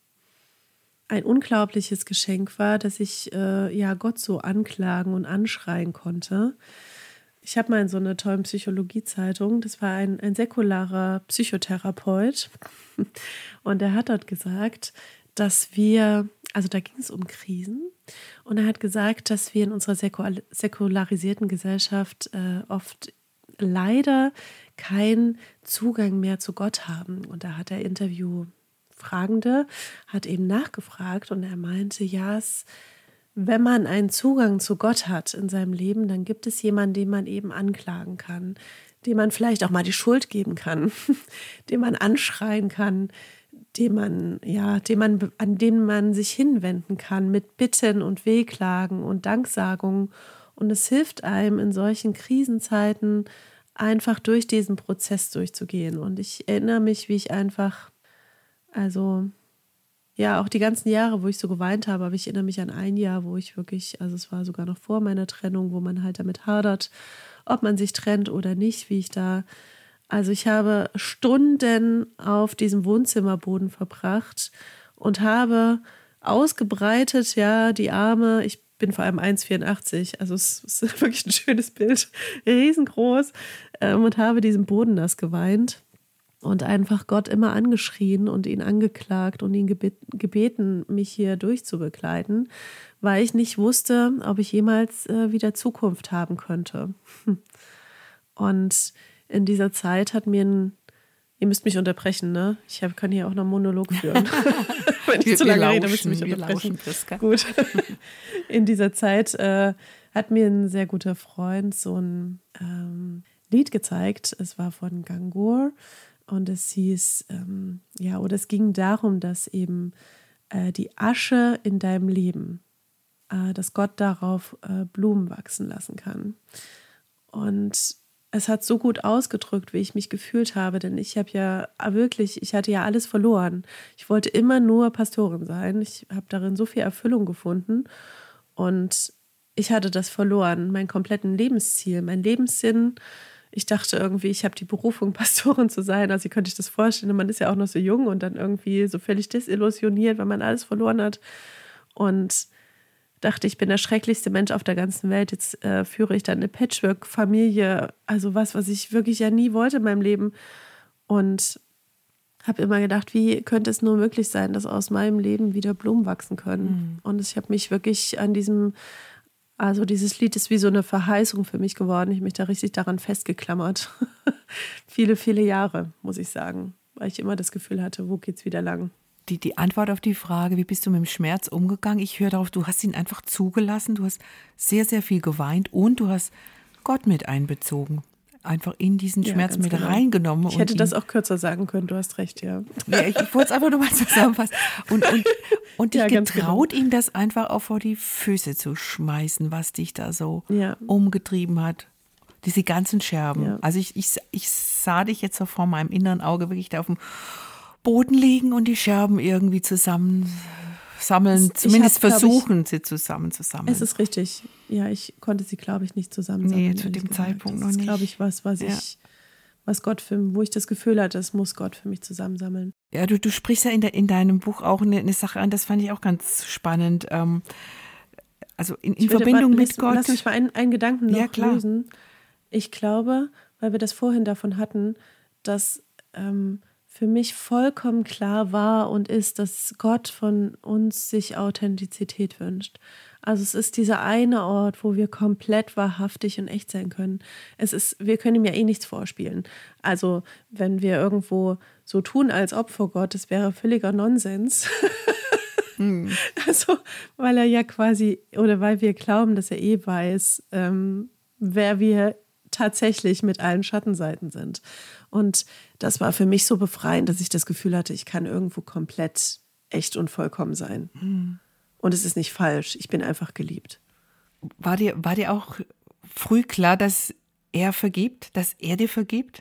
ein unglaubliches Geschenk war, dass ich äh, ja Gott so anklagen und anschreien konnte. Ich habe mal in so einer tollen Psychologiezeitung, das war ein, ein säkularer Psychotherapeut und der hat dort gesagt, dass wir, also da ging es um Krisen und er hat gesagt, dass wir in unserer säkul- säkularisierten Gesellschaft äh, oft leider keinen Zugang mehr zu Gott haben. Und da hat der Interviewfragende hat eben nachgefragt und er meinte, ja, es, wenn man einen Zugang zu Gott hat in seinem Leben, dann gibt es jemanden, den man eben anklagen kann, dem man vielleicht auch mal die Schuld geben kann, den man anschreien kann, dem man, ja, dem man, an den man sich hinwenden kann mit Bitten und Wehklagen und Danksagungen. Und es hilft einem in solchen Krisenzeiten einfach durch diesen Prozess durchzugehen. Und ich erinnere mich, wie ich einfach, also ja, auch die ganzen Jahre, wo ich so geweint habe, aber ich erinnere mich an ein Jahr, wo ich wirklich, also es war sogar noch vor meiner Trennung, wo man halt damit hadert ob man sich trennt oder nicht, wie ich da, also ich habe Stunden auf diesem Wohnzimmerboden verbracht und habe ausgebreitet, ja, die Arme, ich bin vor allem eins Komma vierundachtzig, also es ist wirklich ein schönes Bild, riesengroß, ähm, und habe diesen Boden nass geweint und einfach Gott immer angeschrien und ihn angeklagt und ihn gebeten, mich hier durchzubegleiten, weil ich nicht wusste, ob ich jemals äh, wieder Zukunft haben könnte. Und in dieser Zeit hat mir ein, ihr müsst mich unterbrechen, ne? Ich hab, kann hier auch noch einen Monolog führen. Wenn ich wir, zu lange lauschen, rede, müsst ihr mich unterbrechen. Lauschen, Gut. In dieser Zeit äh, hat mir ein sehr guter Freund so ein ähm, Lied gezeigt. Es war von Gangur und es hieß, ähm, ja, oder es ging darum, dass eben äh, die Asche in deinem Leben, äh, dass Gott darauf äh, Blumen wachsen lassen kann. Und es hat so gut ausgedrückt, wie ich mich gefühlt habe, denn ich habe ja wirklich, ich hatte ja alles verloren. Ich wollte immer nur Pastorin sein. Ich habe darin so viel Erfüllung gefunden und ich hatte das verloren, meinen kompletten Lebensziel, mein Lebenssinn. Ich dachte irgendwie, ich habe die Berufung, Pastorin zu sein. Also, ihr könnt euch das vorstellen, man ist ja auch noch so jung und dann irgendwie so völlig desillusioniert, weil man alles verloren hat. Und dachte, ich bin der schrecklichste Mensch auf der ganzen Welt. Jetzt äh, führe ich dann eine Patchwork-Familie, also was, was ich wirklich ja nie wollte in meinem Leben. Und habe immer gedacht, wie könnte es nur möglich sein, dass aus meinem Leben wieder Blumen wachsen können. Mhm. Und ich habe mich wirklich an diesem, also dieses Lied ist wie so eine Verheißung für mich geworden. Ich habe mich da richtig daran festgeklammert. viele, viele Jahre, muss ich sagen, weil ich immer das Gefühl hatte, wo geht's wieder lang? Die, die Antwort auf die Frage, wie bist du mit dem Schmerz umgegangen? Ich höre darauf, du hast ihn einfach zugelassen, du hast sehr, sehr viel geweint und du hast Gott mit einbezogen. Einfach in diesen ja, Schmerz mit genau. reingenommen. Ich hätte und das auch kürzer sagen können, du hast recht, ja. ja ich ich wollte es einfach nur mal zusammenfassen. Und, und, und dich ja, getraut, genau. ihm das einfach auch vor die Füße zu schmeißen, was dich da so ja. umgetrieben hat. Diese ganzen Scherben. Ja. Also ich, ich, ich sah dich jetzt so vor meinem inneren Auge wirklich da auf dem Boden liegen und die Scherben irgendwie zusammen sammeln, es, zumindest hab, versuchen, ich, sie zusammenzusammeln. Es ist richtig. Ja, ich konnte sie, glaube ich, nicht zusammensammeln. Nee, zu dem gesagt. Zeitpunkt noch nicht. Das ist, glaube ich, was, was ja. ich, was Gott für, wo ich das Gefühl hatte, das muss Gott für mich zusammensammeln. Ja, du, du sprichst ja in, der, in deinem Buch auch eine, eine Sache an, das fand ich auch ganz spannend. Ähm, also in, in Verbindung mal, mit lass, Gott. Lass mich mal einen, einen Gedanken noch ja, klar. lösen. Ich glaube, weil wir das vorhin davon hatten, dass ähm, für mich vollkommen klar war und ist, dass Gott von uns sich Authentizität wünscht. Also es ist dieser eine Ort, wo wir komplett wahrhaftig und echt sein können. Es ist, wir können ihm ja eh nichts vorspielen. Also wenn wir irgendwo so tun, als ob vor Gott, das wäre völliger Nonsens. hm. Also weil er ja quasi, oder weil wir glauben, dass er eh weiß, ähm, wer wir tatsächlich mit allen Schattenseiten sind. Und das war für mich so befreiend, dass ich das Gefühl hatte, ich kann irgendwo komplett echt und vollkommen sein. Mhm. Und es ist nicht falsch, ich bin einfach geliebt. War dir, war dir auch früh klar, dass er vergibt, dass er dir vergibt?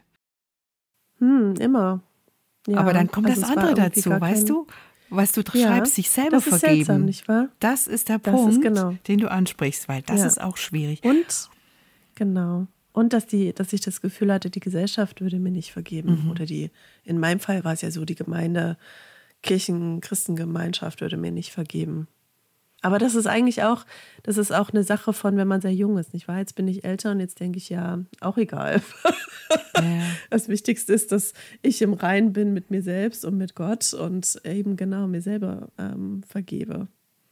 Hm, immer. Ja, aber dann kommt also das andere dazu, weißt du? Was du ja, schreibst, sich selber das ist vergeben. Seltsam, nicht wahr? Das ist der das Punkt, ist genau. den du ansprichst, weil das ja. ist auch schwierig. Und, genau. Und dass, die, dass ich das Gefühl hatte, die Gesellschaft würde mir nicht vergeben. Mhm. Oder die, in meinem Fall war es ja so, die Gemeinde, Kirchen, Christengemeinschaft würde mir nicht vergeben. Aber das ist eigentlich auch, das ist auch eine Sache von, wenn man sehr jung ist, nicht wahr? Jetzt bin ich älter und jetzt denke ich, ja, auch egal. Ja. Das Wichtigste ist, dass ich im Reinen bin mit mir selbst und mit Gott und eben genau mir selber ähm, vergebe.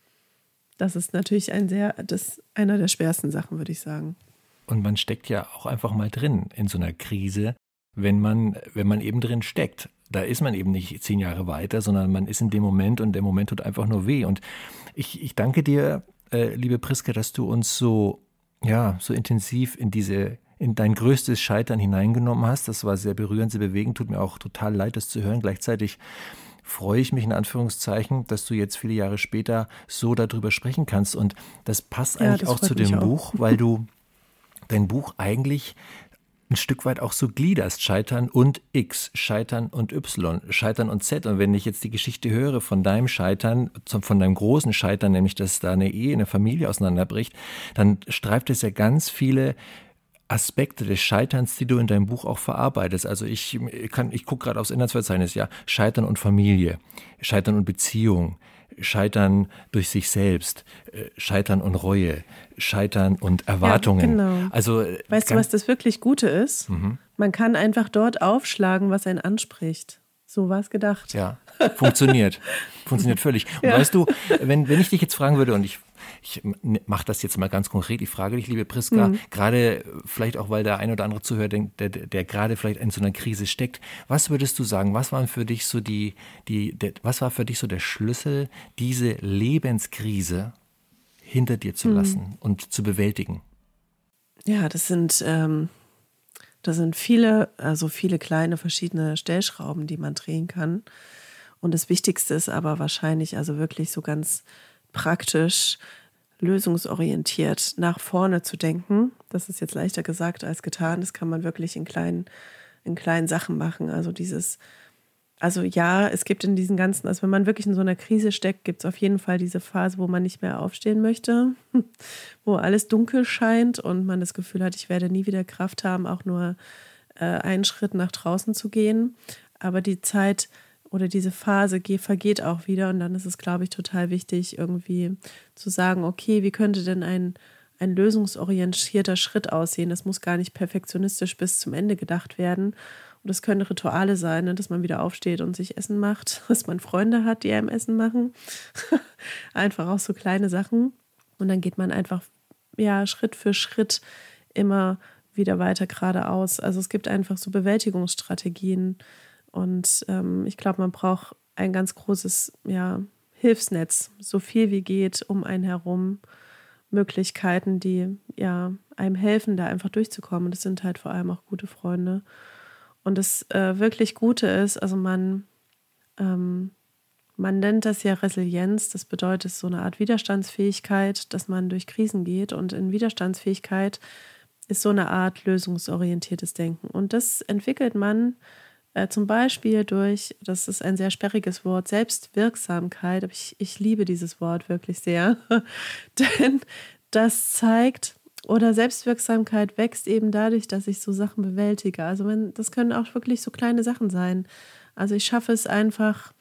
Das ist natürlich ein sehr, das einer der schwersten Sachen, würde ich sagen. Und man steckt ja auch einfach mal drin in so einer Krise, wenn man, wenn man eben drin steckt. Da ist man eben nicht zehn Jahre weiter, sondern man ist in dem Moment und der Moment tut einfach nur weh. Und ich, ich danke dir, äh, liebe Priska, dass du uns so, ja, so intensiv in diese, in dein größtes Scheitern hineingenommen hast. Das war sehr berührend, sehr bewegend. Tut mir auch total leid, das zu hören. Gleichzeitig freue ich mich in Anführungszeichen, dass du jetzt viele Jahre später so darüber sprechen kannst. Und das passt ja, eigentlich das auch zu dem Buch, weil du dein Buch eigentlich ein Stück weit auch so gliederst, Scheitern und X, Scheitern und Y, Scheitern und Z. Und wenn ich jetzt die Geschichte höre von deinem Scheitern, von deinem großen Scheitern, nämlich dass da eine Ehe, eine Familie auseinanderbricht, dann streift es ja ganz viele Aspekte des Scheiterns, die du in deinem Buch auch verarbeitest. Also ich kann, ich gucke gerade aufs Inhaltsverzeichnis, ja, Scheitern und Familie, Scheitern und Beziehung, Scheitern durch sich selbst, Scheitern und Reue, Scheitern und Erwartungen. Ja, genau. Also, weißt du, was das wirklich Gute ist? Mhm. Man kann einfach dort aufschlagen, was einen anspricht. So war es gedacht. Ja, funktioniert. Funktioniert völlig. Und ja. weißt du, wenn, wenn ich dich jetzt fragen würde, und ich, ich mache das jetzt mal ganz konkret, ich frage dich, liebe Priska, mhm. gerade vielleicht auch, weil der ein oder andere Zuhörer denkt, der, der gerade vielleicht in so einer Krise steckt, was würdest du sagen, was waren für dich so die, die der, was war für dich so der Schlüssel, diese Lebenskrise hinter dir zu lassen mhm. und zu bewältigen? Ja, das sind... Ähm Das sind viele, also viele kleine verschiedene Stellschrauben, die man drehen kann. Und das Wichtigste ist aber wahrscheinlich also wirklich so ganz praktisch, lösungsorientiert nach vorne zu denken. Das ist jetzt leichter gesagt als getan. Das kann man wirklich in kleinen, in kleinen Sachen machen. Also dieses, also ja, es gibt in diesen ganzen, also wenn man wirklich in so einer Krise steckt, gibt es auf jeden Fall diese Phase, wo man nicht mehr aufstehen möchte, wo alles dunkel scheint und man das Gefühl hat, ich werde nie wieder Kraft haben, auch nur äh, einen Schritt nach draußen zu gehen. Aber die Zeit oder diese Phase geht, vergeht auch wieder und dann ist es, glaube ich, total wichtig, irgendwie zu sagen, okay, wie könnte denn ein, ein lösungsorientierter Schritt aussehen? Das muss gar nicht perfektionistisch bis zum Ende gedacht werden. Und das können Rituale sein, ne, dass man wieder aufsteht und sich Essen macht, dass man Freunde hat, die einem Essen machen. Einfach auch so kleine Sachen. Und dann geht man einfach ja, Schritt für Schritt immer wieder weiter geradeaus. Also es gibt einfach so Bewältigungsstrategien. Und ähm, ich glaube, man braucht ein ganz großes ja, Hilfsnetz, so viel wie geht um einen herum. Möglichkeiten, die ja, einem helfen, da einfach durchzukommen. Das sind halt vor allem auch gute Freunde. Und das äh, wirklich Gute ist, also man, ähm, man nennt das ja Resilienz, das bedeutet so eine Art Widerstandsfähigkeit, dass man durch Krisen geht. Und in Widerstandsfähigkeit ist so eine Art lösungsorientiertes Denken. Und das entwickelt man äh, zum Beispiel durch, das ist ein sehr sperriges Wort, Selbstwirksamkeit. Aber ich, ich liebe dieses Wort wirklich sehr, denn das zeigt, oder Selbstwirksamkeit wächst eben dadurch, dass ich so Sachen bewältige. Also wenn, das können auch wirklich so kleine Sachen sein. Also ich schaffe es einfach,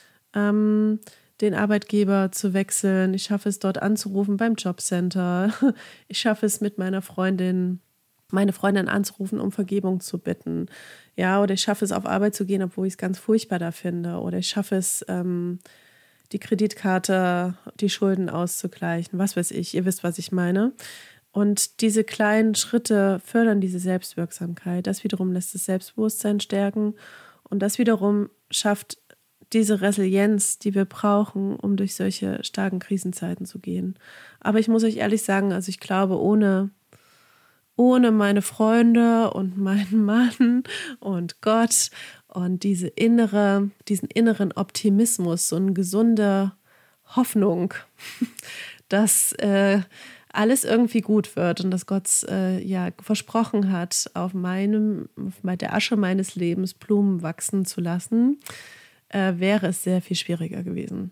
ähm, den Arbeitgeber zu wechseln. Ich schaffe es, dort anzurufen beim Jobcenter. Ich schaffe es, mit meiner Freundin, meine Freundin anzurufen, um Vergebung zu bitten. Ja, oder ich schaffe es, auf Arbeit zu gehen, obwohl ich es ganz furchtbar da finde. Oder ich schaffe es, ähm, die Kreditkarte, die Schulden auszugleichen. Was weiß ich, ihr wisst, was ich meine. Und diese kleinen Schritte fördern diese Selbstwirksamkeit. Das wiederum lässt das Selbstbewusstsein stärken. Und das wiederum schafft diese Resilienz, die wir brauchen, um durch solche starken Krisenzeiten zu gehen. Aber ich muss euch ehrlich sagen, also ich glaube, ohne, ohne meine Freunde und meinen Mann und Gott und diese innere, diesen inneren Optimismus, so eine gesunde Hoffnung, dass äh, alles irgendwie gut wird und dass Gott äh, ja versprochen hat, auf meinem, auf der Asche meines Lebens Blumen wachsen zu lassen, äh, wäre es sehr viel schwieriger gewesen.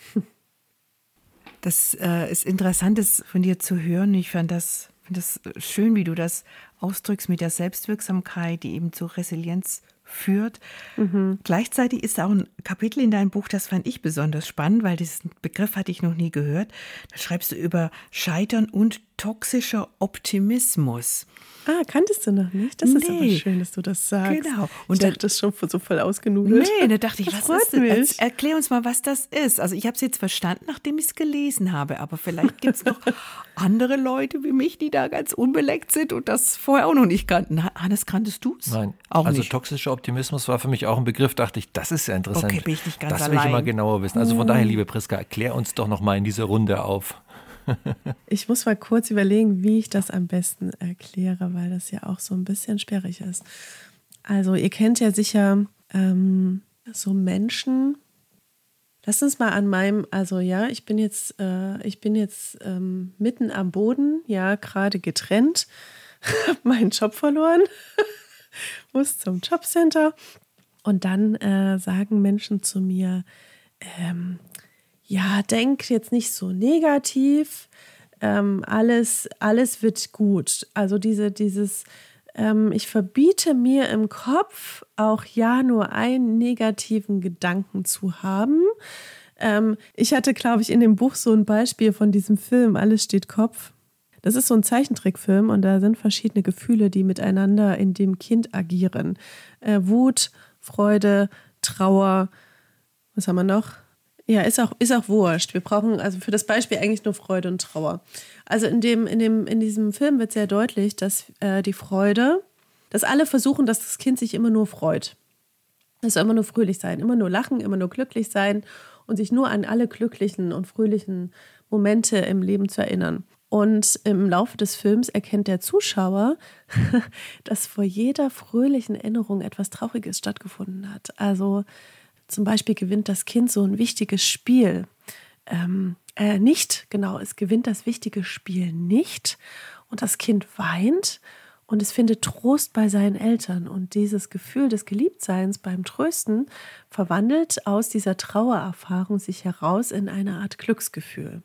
Das äh, ist interessant, das von dir zu hören. Ich fand das, find das schön, wie du das ausdrückst mit der Selbstwirksamkeit, die eben zur Resilienz führt. Mhm. Gleichzeitig ist auch ein Kapitel in deinem Buch, das fand ich besonders spannend, weil diesen Begriff hatte ich noch nie gehört. Da schreibst du über Scheitern und toxischer Optimismus. Ah, kanntest du noch nicht? Das ist nee. aber schön, dass du das sagst. Genau. Und ich dachte, das ist schon so voll ausgenudelt. Nee, da dachte ich, das was ist das? Erklär uns mal, was das ist. Also ich habe es jetzt verstanden, nachdem ich es gelesen habe, aber vielleicht gibt es noch andere Leute wie mich, die da ganz unbeleckt sind und das vorher auch noch nicht kannten. Hannes, kanntest du es? Nein, auch also nicht. Toxischer Optimismus war für mich auch ein Begriff, dachte ich, das ist ja interessant. Okay, bin ich nicht ganz das allein. will ich immer genauer wissen. Also von daher, liebe Priska, erklär uns doch noch mal in dieser Runde auf. Ich muss mal kurz überlegen, wie ich das am besten erkläre, weil das ja auch so ein bisschen sperrig ist. Also ihr kennt ja sicher ähm, so Menschen. Lass uns mal an meinem, also ja, ich bin jetzt, äh, ich bin jetzt ähm, mitten am Boden, ja, gerade getrennt, habe meinen Job verloren, muss zum Jobcenter und dann äh, sagen Menschen zu mir, ähm, ja, denk jetzt nicht so negativ, ähm, alles, alles wird gut. Also diese, dieses, ähm, ich verbiete mir im Kopf auch ja nur einen negativen Gedanken zu haben. Ähm, ich hatte, glaube ich, in dem Buch so ein Beispiel von diesem Film Alles steht Kopf. Das ist so ein Zeichentrickfilm und da sind verschiedene Gefühle, die miteinander in dem Kind agieren. Äh, Wut, Freude, Trauer, was haben wir noch? Ja, ist auch, ist auch wurscht. Wir brauchen also für das Beispiel eigentlich nur Freude und Trauer. Also in, dem, in, dem, in diesem Film wird sehr deutlich, dass äh, die Freude, dass alle versuchen, dass das Kind sich immer nur freut. Es soll immer nur fröhlich sein, immer nur lachen, immer nur glücklich sein und sich nur an alle glücklichen und fröhlichen Momente im Leben zu erinnern. Und im Laufe des Films erkennt der Zuschauer, dass vor jeder fröhlichen Erinnerung etwas Trauriges stattgefunden hat. Also zum Beispiel gewinnt das Kind so ein wichtiges Spiel. Ähm, äh, nicht, genau, es gewinnt das wichtige Spiel nicht. Und das Kind weint und es findet Trost bei seinen Eltern. Und dieses Gefühl des Geliebtseins beim Trösten verwandelt aus dieser Trauererfahrung sich heraus in eine Art Glücksgefühl.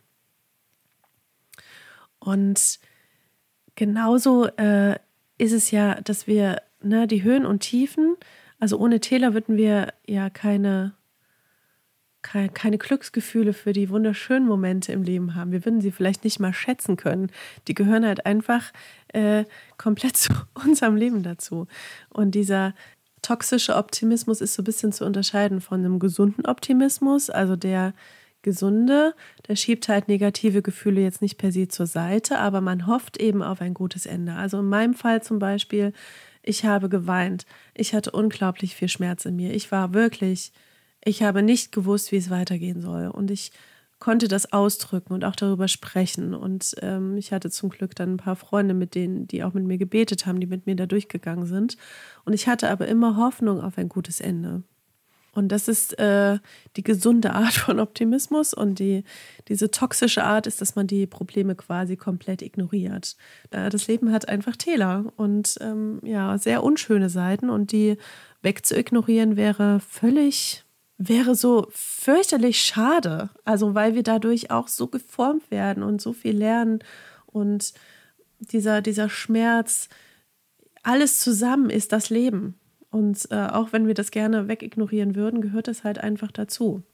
Und genauso äh, ist es ja, dass wir ne, die Höhen und Tiefen, also ohne Täler würden wir ja keine, keine, keine Glücksgefühle für die wunderschönen Momente im Leben haben. Wir würden sie vielleicht nicht mal schätzen können. Die gehören halt einfach äh, komplett zu unserem Leben dazu. Und dieser toxische Optimismus ist so ein bisschen zu unterscheiden von einem gesunden Optimismus, also der Gesunde, der schiebt halt negative Gefühle jetzt nicht per se zur Seite, aber man hofft eben auf ein gutes Ende. Also in meinem Fall zum Beispiel, ich habe geweint, ich hatte unglaublich viel Schmerz in mir. Ich war wirklich, ich habe nicht gewusst, wie es weitergehen soll und ich konnte das ausdrücken und auch darüber sprechen und ähm, ich hatte zum Glück dann ein paar Freunde, mit denen, die auch mit mir gebetet haben, die mit mir da durchgegangen sind und ich hatte aber immer Hoffnung auf ein gutes Ende. Und das ist äh, die gesunde Art von Optimismus und die, diese toxische Art ist, dass man die Probleme quasi komplett ignoriert. Äh, das Leben hat einfach Täler und ähm, ja, sehr unschöne Seiten und die wegzuignorieren wäre völlig, wäre so fürchterlich schade. Also weil wir dadurch auch so geformt werden und so viel lernen und dieser, dieser Schmerz, alles zusammen ist das Leben. Und äh, auch wenn wir das gerne wegignorieren würden, gehört das halt einfach dazu.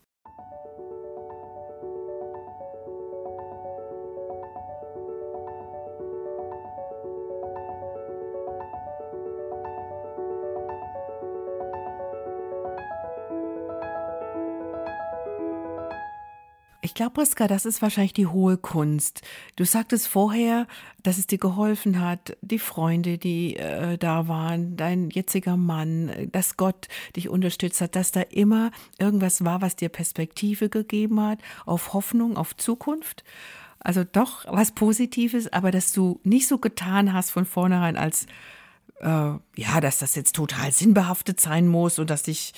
Ich glaube, Priska, das ist wahrscheinlich die hohe Kunst. Du sagtest vorher, dass es dir geholfen hat, die Freunde, die äh, da waren, dein jetziger Mann, dass Gott dich unterstützt hat, dass da immer irgendwas war, was dir Perspektive gegeben hat, auf Hoffnung, auf Zukunft. Also doch was Positives, aber dass du nicht so getan hast von vornherein, als äh, ja, dass das jetzt total sinnbehaftet sein muss und dass dich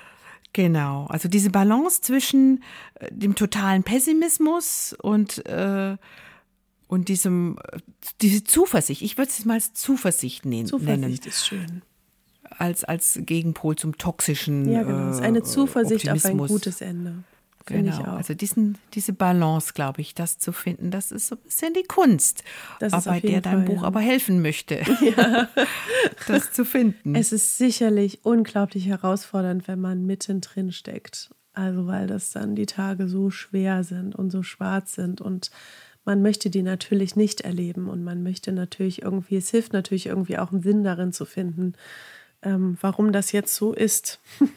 Genau, also diese Balance zwischen dem totalen Pessimismus und, äh, und diesem, diese Zuversicht, ich würde es mal als Zuversicht nennen. Zuversicht ist schön. Als, als Gegenpol zum toxischen Ja, genau, es ist eine Zuversicht Optimismus. Auf ein gutes Ende. Genau, ich auch. Also diesen, diese Balance, glaube ich, das zu finden, das ist so ein bisschen die Kunst, bei der dein Fall, Buch ja. aber helfen möchte, ja. das zu finden. Es ist sicherlich unglaublich herausfordernd, wenn man mittendrin steckt. Also weil das dann die Tage so schwer sind und so schwarz sind und man möchte die natürlich nicht erleben und man möchte natürlich irgendwie, es hilft natürlich irgendwie auch einen Sinn darin zu finden, ähm, warum das jetzt so ist.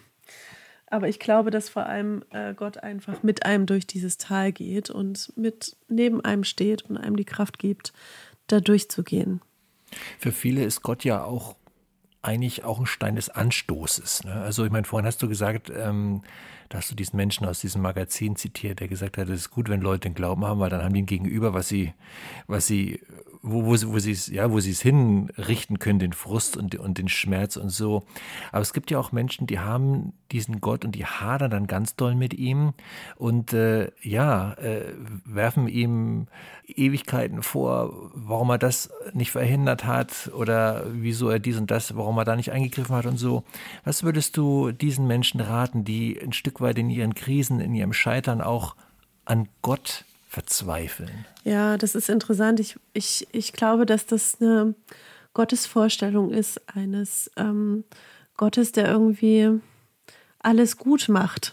Aber ich glaube, dass vor allem äh, Gott einfach mit einem durch dieses Tal geht und mit neben einem steht und einem die Kraft gibt, da durchzugehen. Für viele ist Gott ja auch eigentlich auch ein Stein des Anstoßes. Ne? Also ich meine, vorhin hast du gesagt, ähm, da hast du diesen Menschen aus diesem Magazin zitiert, der gesagt hat, es ist gut, wenn Leute den Glauben haben, weil dann haben die ein Gegenüber, was sie, was sie, wo, wo sie, wo sie es, ja, wo sie es hinrichten können, den Frust und, und den Schmerz und so. Aber es gibt ja auch Menschen, die haben diesen Gott und die hadern dann ganz doll mit ihm und äh, ja, äh, werfen ihm Ewigkeiten vor, warum er das nicht verhindert hat oder wieso er dies und das, warum er da nicht eingegriffen hat und so. Was würdest du diesen Menschen raten, die ein Stück weit in ihren Krisen, in ihrem Scheitern auch an Gott verzweifeln. Ja, das ist interessant. Ich, ich, ich glaube, dass das eine Gottesvorstellung ist, eines ähm, Gottes, der irgendwie alles gut macht.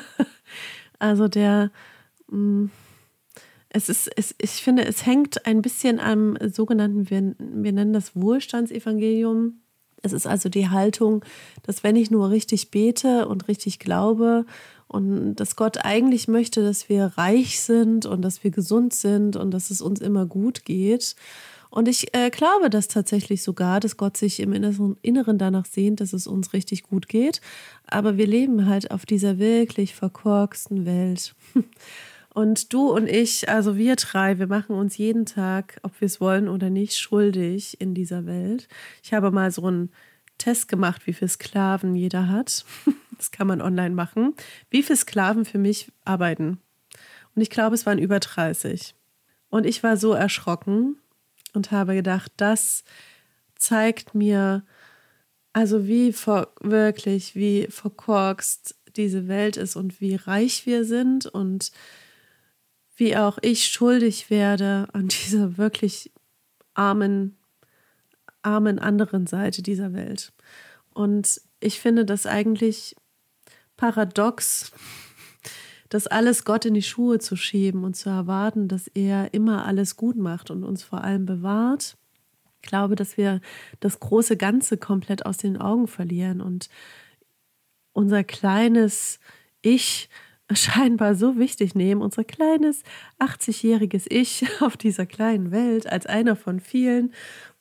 Also der, mh, es ist, es, ich finde, es hängt ein bisschen am sogenannten, wir, wir nennen das Wohlstandsevangelium. Es ist also die Haltung, dass wenn ich nur richtig bete und richtig glaube und dass Gott eigentlich möchte, dass wir reich sind und dass wir gesund sind und dass es uns immer gut geht. Und ich äh, glaube das tatsächlich sogar, dass Gott sich im Inneren, Inneren danach sehnt, dass es uns richtig gut geht. Aber wir leben halt auf dieser wirklich verkorksten Welt. Und du und ich, also wir drei, wir machen uns jeden Tag, ob wir es wollen oder nicht, schuldig in dieser Welt. Ich habe mal so einen Test gemacht, wie viele Sklaven jeder hat. Das kann man online machen. Wie viele Sklaven für mich arbeiten? Und ich glaube, es waren über dreißig. Und ich war so erschrocken und habe gedacht, das zeigt mir, also wie ver- wirklich, wie verkorkst diese Welt ist und wie reich wir sind und wie auch ich schuldig werde an dieser wirklich armen, armen anderen Seite dieser Welt. Und ich finde das eigentlich paradox, das alles Gott in die Schuhe zu schieben und zu erwarten, dass er immer alles gut macht und uns vor allem bewahrt. Ich glaube, dass wir das große Ganze komplett aus den Augen verlieren und unser kleines Ich scheinbar so wichtig nehmen, unser kleines achtzigjähriges Ich auf dieser kleinen Welt als einer von vielen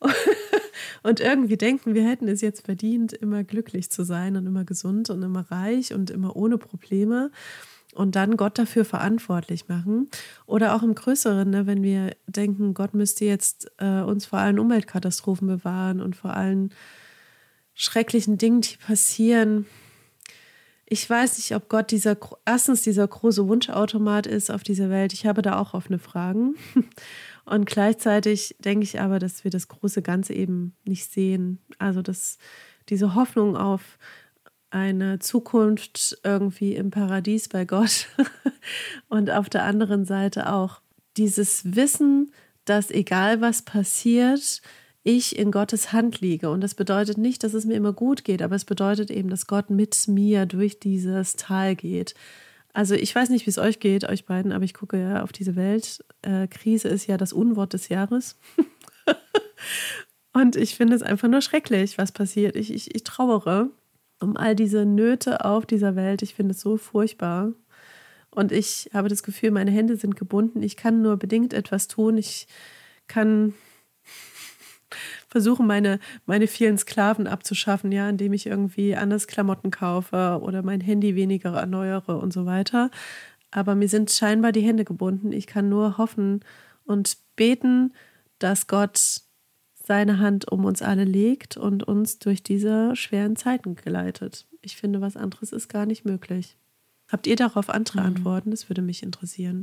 und irgendwie denken, wir hätten es jetzt verdient, immer glücklich zu sein und immer gesund und immer reich und immer ohne Probleme und dann Gott dafür verantwortlich machen. Oder auch im Größeren, ne, wenn wir denken, Gott müsste jetzt äh, uns vor allen Umweltkatastrophen bewahren und vor allen schrecklichen Dingen, die passieren. Ich weiß nicht, ob Gott dieser, erstens dieser große Wunschautomat ist auf dieser Welt. Ich habe da auch offene Fragen. Und gleichzeitig denke ich aber, dass wir das große Ganze eben nicht sehen. Also dass diese Hoffnung auf eine Zukunft irgendwie im Paradies bei Gott und auf der anderen Seite auch dieses Wissen, dass egal was passiert, ich in Gottes Hand liege. Und das bedeutet nicht, dass es mir immer gut geht, aber es bedeutet eben, dass Gott mit mir durch dieses Tal geht. Also ich weiß nicht, wie es euch geht, euch beiden, aber ich gucke ja auf diese Welt. Äh, Krise ist ja das Unwort des Jahres. Und ich finde es einfach nur schrecklich, was passiert. Ich, ich, ich trauere um all diese Nöte auf dieser Welt. Ich finde es so furchtbar. Und ich habe das Gefühl, meine Hände sind gebunden. Ich kann nur bedingt etwas tun. Ich kann versuchen, meine, meine vielen Sklaven abzuschaffen, ja, indem ich irgendwie anders Klamotten kaufe oder mein Handy weniger erneuere und so weiter. Aber mir sind scheinbar die Hände gebunden. Ich kann nur hoffen und beten, dass Gott seine Hand um uns alle legt und uns durch diese schweren Zeiten geleitet. Ich finde, was anderes ist gar nicht möglich. Habt ihr darauf andere mhm. Antworten? Das würde mich interessieren.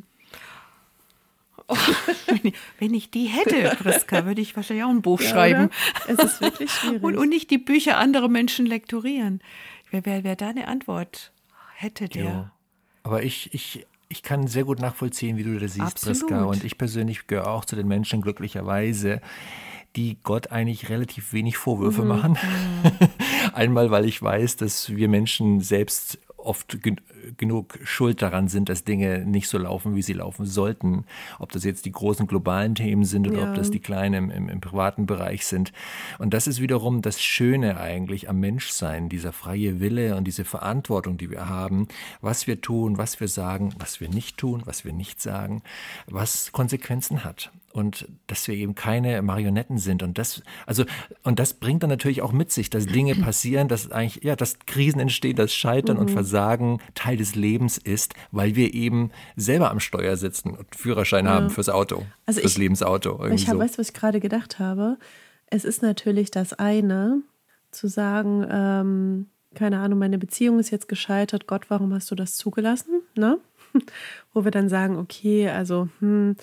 Oh, wenn, ich, wenn ich die hätte, Priska, würde ich wahrscheinlich auch ein Buch ja, schreiben. Oder? Es ist wirklich schwierig. Und, und nicht die Bücher anderer Menschen lektorieren. Wer, wer, wer da eine Antwort hätte, der. Ja. Aber ich, ich, ich kann sehr gut nachvollziehen, wie du das siehst, Absolut. Priska. Und ich persönlich gehöre auch zu den Menschen glücklicherweise, die Gott eigentlich relativ wenig Vorwürfe mhm. machen. Einmal, weil ich weiß, dass wir Menschen selbst oft gen- genug schuld daran sind, dass Dinge nicht so laufen, wie sie laufen sollten. Ob das jetzt die großen globalen Themen sind oder ja. ob das die kleinen im, im, im privaten Bereich sind. Und das ist wiederum das Schöne eigentlich am Menschsein, dieser freie Wille und diese Verantwortung, die wir haben, was wir tun, was wir sagen, was wir nicht tun, was wir nicht sagen, was Konsequenzen hat. Und dass wir eben keine Marionetten sind. Und das, also, und das bringt dann natürlich auch mit sich, dass Dinge passieren, dass eigentlich, ja, dass Krisen entstehen, dass Scheitern mhm. und Versagen Teil des Lebens ist, weil wir eben selber am Steuer sitzen und Führerschein ja. haben fürs Auto, also fürs ich, Lebensauto. Ich so. habe, weißt du, was ich gerade gedacht habe? Es ist natürlich das eine, zu sagen, ähm, keine Ahnung, meine Beziehung ist jetzt gescheitert, Gott, warum hast du das zugelassen? Ne? Wo wir dann sagen, okay, also, hm,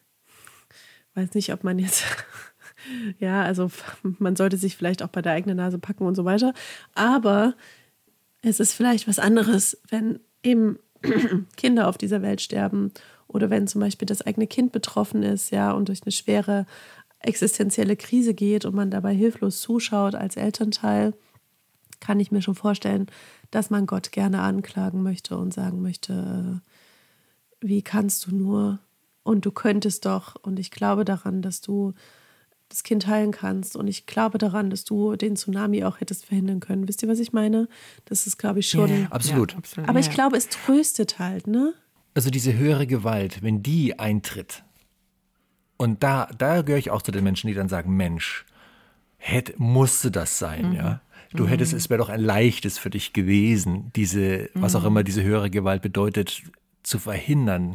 weiß nicht, ob man jetzt, ja, also man sollte sich vielleicht auch bei der eigenen Nase packen und so weiter. Aber es ist vielleicht was anderes, wenn eben Kinder auf dieser Welt sterben Oder wenn zum Beispiel das eigene Kind betroffen ist, ja, und durch eine schwere existenzielle Krise geht und man dabei hilflos zuschaut als Elternteil, kann ich mir schon vorstellen, dass man Gott gerne anklagen möchte und sagen möchte, wie kannst du nur und du könntest doch und ich glaube daran, dass du das Kind heilen kannst und ich glaube daran, dass du den Tsunami auch hättest verhindern können. Wisst ihr, was ich meine? Das ist, glaube ich, schon... Ja, Absolut. Ja, absolut. Aber Ja. ich glaube, es tröstet halt, ne? Also diese höhere Gewalt, wenn die eintritt, und da, da gehöre ich auch zu den Menschen, die dann sagen, Mensch, hätte, musste das sein, mhm. ja? Du hättest, es wäre doch ein leichtes für dich gewesen, diese, was auch immer diese höhere Gewalt bedeutet, zu verhindern.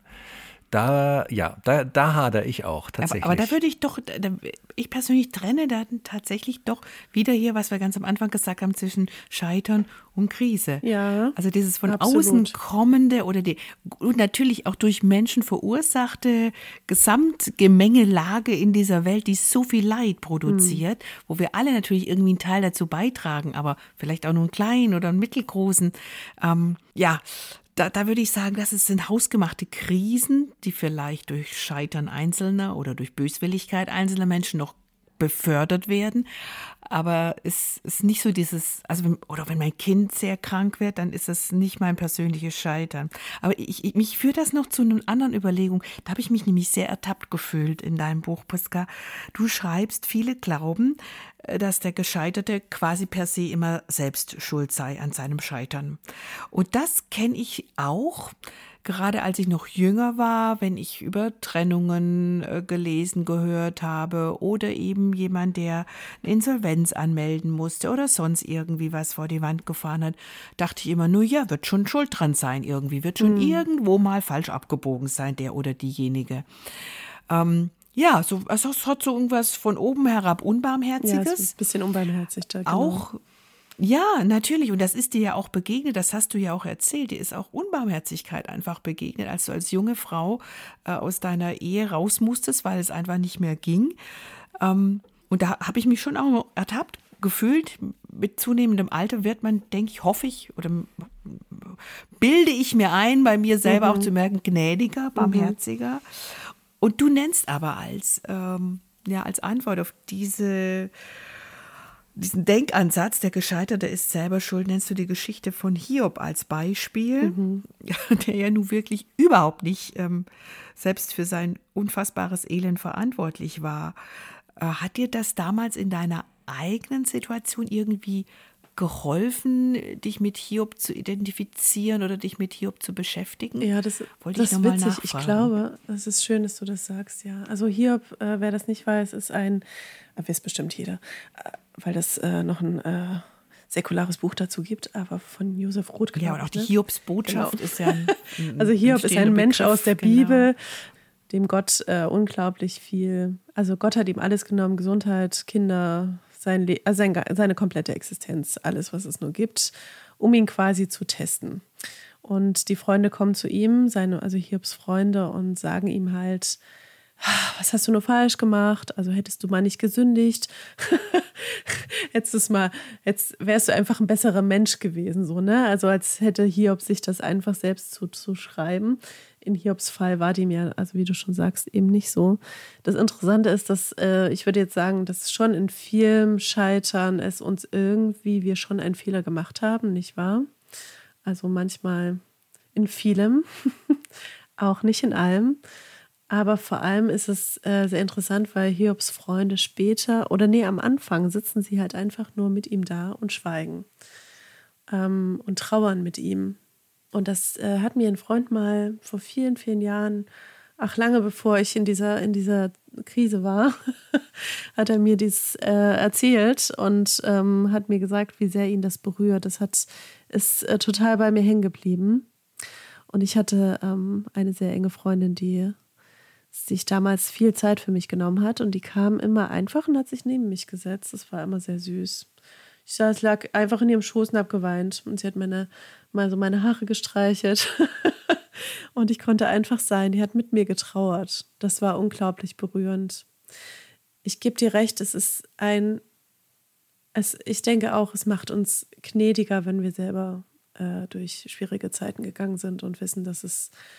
Da, ja, da, da hadere ich auch tatsächlich. Aber, aber da würde ich doch, da, ich persönlich trenne da tatsächlich doch wieder hier, was wir ganz am Anfang gesagt haben, zwischen Scheitern und Krise. Ja, also dieses von absolut. außen kommende oder die, und natürlich auch durch Menschen verursachte Gesamtgemengelage in dieser Welt, die so viel Leid produziert, mhm. wo wir alle natürlich irgendwie einen Teil dazu beitragen, aber vielleicht auch nur einen kleinen oder einen mittelgroßen. Ähm, ja, Da, da würde ich sagen, das sind hausgemachte Krisen, die vielleicht durch Scheitern Einzelner oder durch Böswilligkeit einzelner Menschen noch befördert werden. Aber es ist nicht so dieses, also wenn, oder wenn mein Kind sehr krank wird, dann ist das nicht mein persönliches Scheitern. Aber ich, ich, mich führt das noch zu einer anderen Überlegung. Da habe ich mich nämlich sehr ertappt gefühlt in deinem Buch, Priska. Du schreibst, viele glauben, dass der Gescheiterte quasi per se immer selbst schuld sei an seinem Scheitern. Und das kenne ich auch. Gerade als ich noch jünger war, wenn ich über Trennungen äh, gelesen, gehört habe oder eben jemand, der eine Insolvenz anmelden musste oder sonst irgendwie was vor die Wand gefahren hat, dachte ich immer nur, ja, wird schon schuld dran sein irgendwie, wird schon mhm. irgendwo mal falsch abgebogen sein, der oder diejenige. Ähm, ja, so, also es hat so irgendwas von oben herab Unbarmherziges. Ja, es ist ein bisschen unbarmherzig da, genau. Auch Ja, natürlich. Und das ist dir ja auch begegnet, das hast du ja auch erzählt. Dir ist auch Unbarmherzigkeit einfach begegnet, als du als junge Frau äh, aus deiner Ehe raus musstest, weil es einfach nicht mehr ging. Ähm, und da habe ich mich schon auch ertappt gefühlt. Mit zunehmendem Alter wird man, denke ich, hoffe ich, oder bilde ich mir ein, bei mir selber mhm. auch zu merken, gnädiger, barmherziger. Mhm. Und du nennst aber als, ähm, ja, als Antwort auf diese... Diesen Denkansatz, der Gescheiterte ist selber schuld, nennst du die Geschichte von Hiob als Beispiel, mhm. der ja nun wirklich überhaupt nicht ähm, selbst für sein unfassbares Elend verantwortlich war. Äh, hat dir das damals in deiner eigenen Situation irgendwie geholfen, dich mit Hiob zu identifizieren oder dich mit Hiob zu beschäftigen? Ja, das, Wollte das ich ist witzig. nachfragen. Ich glaube, es ist schön, dass du das sagst, ja. Also Hiob, äh, wer das nicht weiß, ist ein, äh, weiß bestimmt jeder, äh, weil das äh, noch ein äh, säkulares Buch dazu gibt, aber von Josef Roth, glaube ich. Ja, und auch die ne? Hiobs Botschaft Genau. ist ja ein, ein Also Hiob ist ein Mensch Begriff, aus der genau. Bibel, dem Gott äh, unglaublich viel, also Gott hat ihm alles genommen, Gesundheit, Kinder, sein Le- also sein, seine komplette Existenz, alles, was es nur gibt, um ihn quasi zu testen. Und die Freunde kommen zu ihm, seine, also Hiobs Freunde, und sagen ihm halt, was hast du nur falsch gemacht? Also hättest du mal nicht gesündigt, hättest du's mal, jetzt wärst du einfach ein besserer Mensch gewesen, so, ne? Also als hätte Hiob sich das einfach selbst zuzuschreiben. In Hiobs Fall war dem ja, also wie du schon sagst, eben nicht so. Das Interessante ist, dass äh, ich würde jetzt sagen, dass schon in vielem Scheitern es uns irgendwie, wir schon einen Fehler gemacht haben, nicht wahr? Also manchmal in vielem, auch nicht in allem. Aber vor allem ist es äh, sehr interessant, weil Hiobs Freunde später, oder nee, am Anfang sitzen sie halt einfach nur mit ihm da und schweigen ähm, und trauern mit ihm. Und das äh, hat mir ein Freund mal vor vielen, vielen Jahren, ach lange bevor ich in dieser, in dieser Krise war, hat er mir dies äh, erzählt und ähm, hat mir gesagt, wie sehr ihn das berührt. Das hat, ist äh, total bei mir hängen geblieben. Und ich hatte ähm, eine sehr enge Freundin, die sich damals viel Zeit für mich genommen hat, und die kam immer einfach und hat sich neben mich gesetzt. Das war immer sehr süß. Ich saß, lag einfach in ihrem Schoß und habe geweint, und sie hat meine, mal so meine Haare gestreichelt und ich konnte einfach sein. Die hat mit mir getrauert. Das war unglaublich berührend. Ich gebe dir recht, es ist ein, es, ich denke auch, es macht uns gnädiger, wenn wir selber äh, durch schwierige Zeiten gegangen sind und wissen, dass es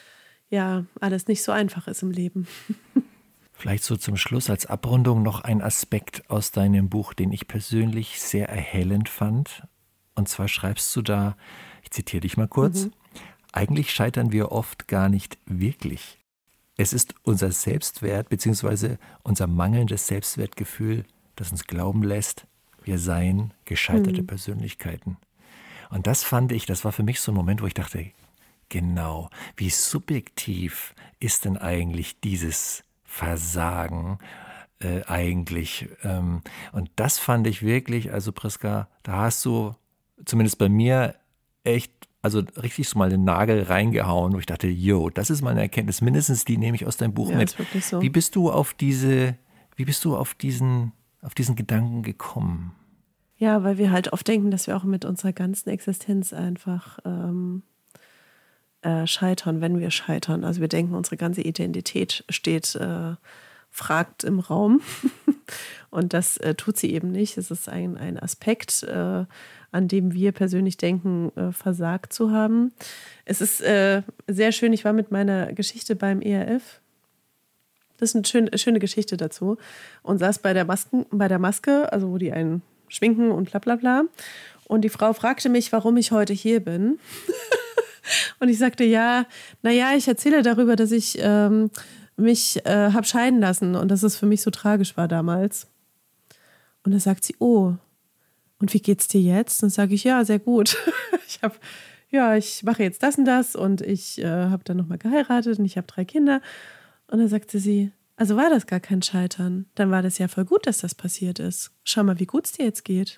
ja, alles nicht so einfach ist im Leben. Vielleicht so zum Schluss als Abrundung noch ein Aspekt aus deinem Buch, den ich persönlich sehr erhellend fand. Und zwar schreibst du da, ich zitiere dich mal kurz, mhm. eigentlich scheitern wir oft gar nicht wirklich. Es ist unser Selbstwert bzw. unser mangelndes Selbstwertgefühl, das uns glauben lässt, wir seien gescheiterte mhm. Persönlichkeiten. Und das fand ich, das war für mich so ein Moment, wo ich dachte, genau, wie subjektiv ist denn eigentlich dieses Versagen äh, eigentlich? Ähm, und das fand ich wirklich, also Priska, da hast du zumindest bei mir echt, also richtig so mal den Nagel reingehauen, wo ich dachte, jo, das ist mal eine Erkenntnis, mindestens die nehme ich aus deinem Buch ja, mit. Ist wirklich so. Wie bist du auf diese, wie bist du auf diesen, auf diesen Gedanken gekommen? Ja, weil wir halt oft denken, dass wir auch mit unserer ganzen Existenz einfach ähm, äh, scheitern, wenn wir scheitern. Also wir denken, unsere ganze Identität steht äh, fragt im Raum und das äh, tut sie eben nicht. Es ist ein, ein Aspekt, äh, an dem wir persönlich denken, äh, versagt zu haben. Es ist äh, sehr schön, ich war mit meiner Geschichte beim E R F. Das ist eine schöne, schöne Geschichte dazu. Und saß bei der, Masken, bei der Maske, also wo die einen schminken und bla bla bla. Und die Frau fragte mich, warum ich heute hier bin. Und ich sagte, ja, naja, ich erzähle darüber, dass ich ähm, mich äh, habe scheiden lassen und dass es für mich so tragisch war damals. Und dann sagt sie, oh, und wie geht's dir jetzt? Und dann sage ich, ja, sehr gut. Ich habe, ja, ich mache jetzt das und das und ich äh, habe dann nochmal geheiratet und ich habe drei Kinder. Und dann sagte sie, also war das gar kein Scheitern. Dann war das ja voll gut, dass das passiert ist. Schau mal, wie gut es dir jetzt geht.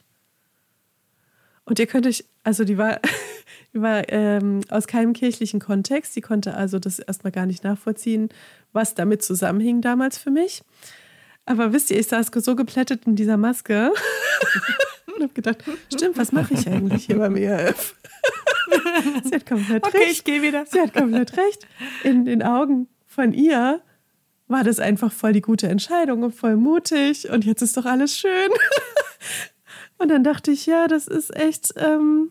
Und ihr könnt euch, also die war, die war ähm, aus keinem kirchlichen Kontext. Die konnte also das erstmal gar nicht nachvollziehen, was damit zusammenhing damals für mich. Aber wisst ihr, ich saß so geplättet in dieser Maske und habe gedacht, stimmt, was mache ich eigentlich hier beim E R F? Sie hat komplett okay, recht. ich gehe wieder. Sie hat komplett recht. In den Augen von ihr war das einfach voll die gute Entscheidung und voll mutig und jetzt ist doch alles schön. Und dann dachte ich, ja, das ist echt, ähm,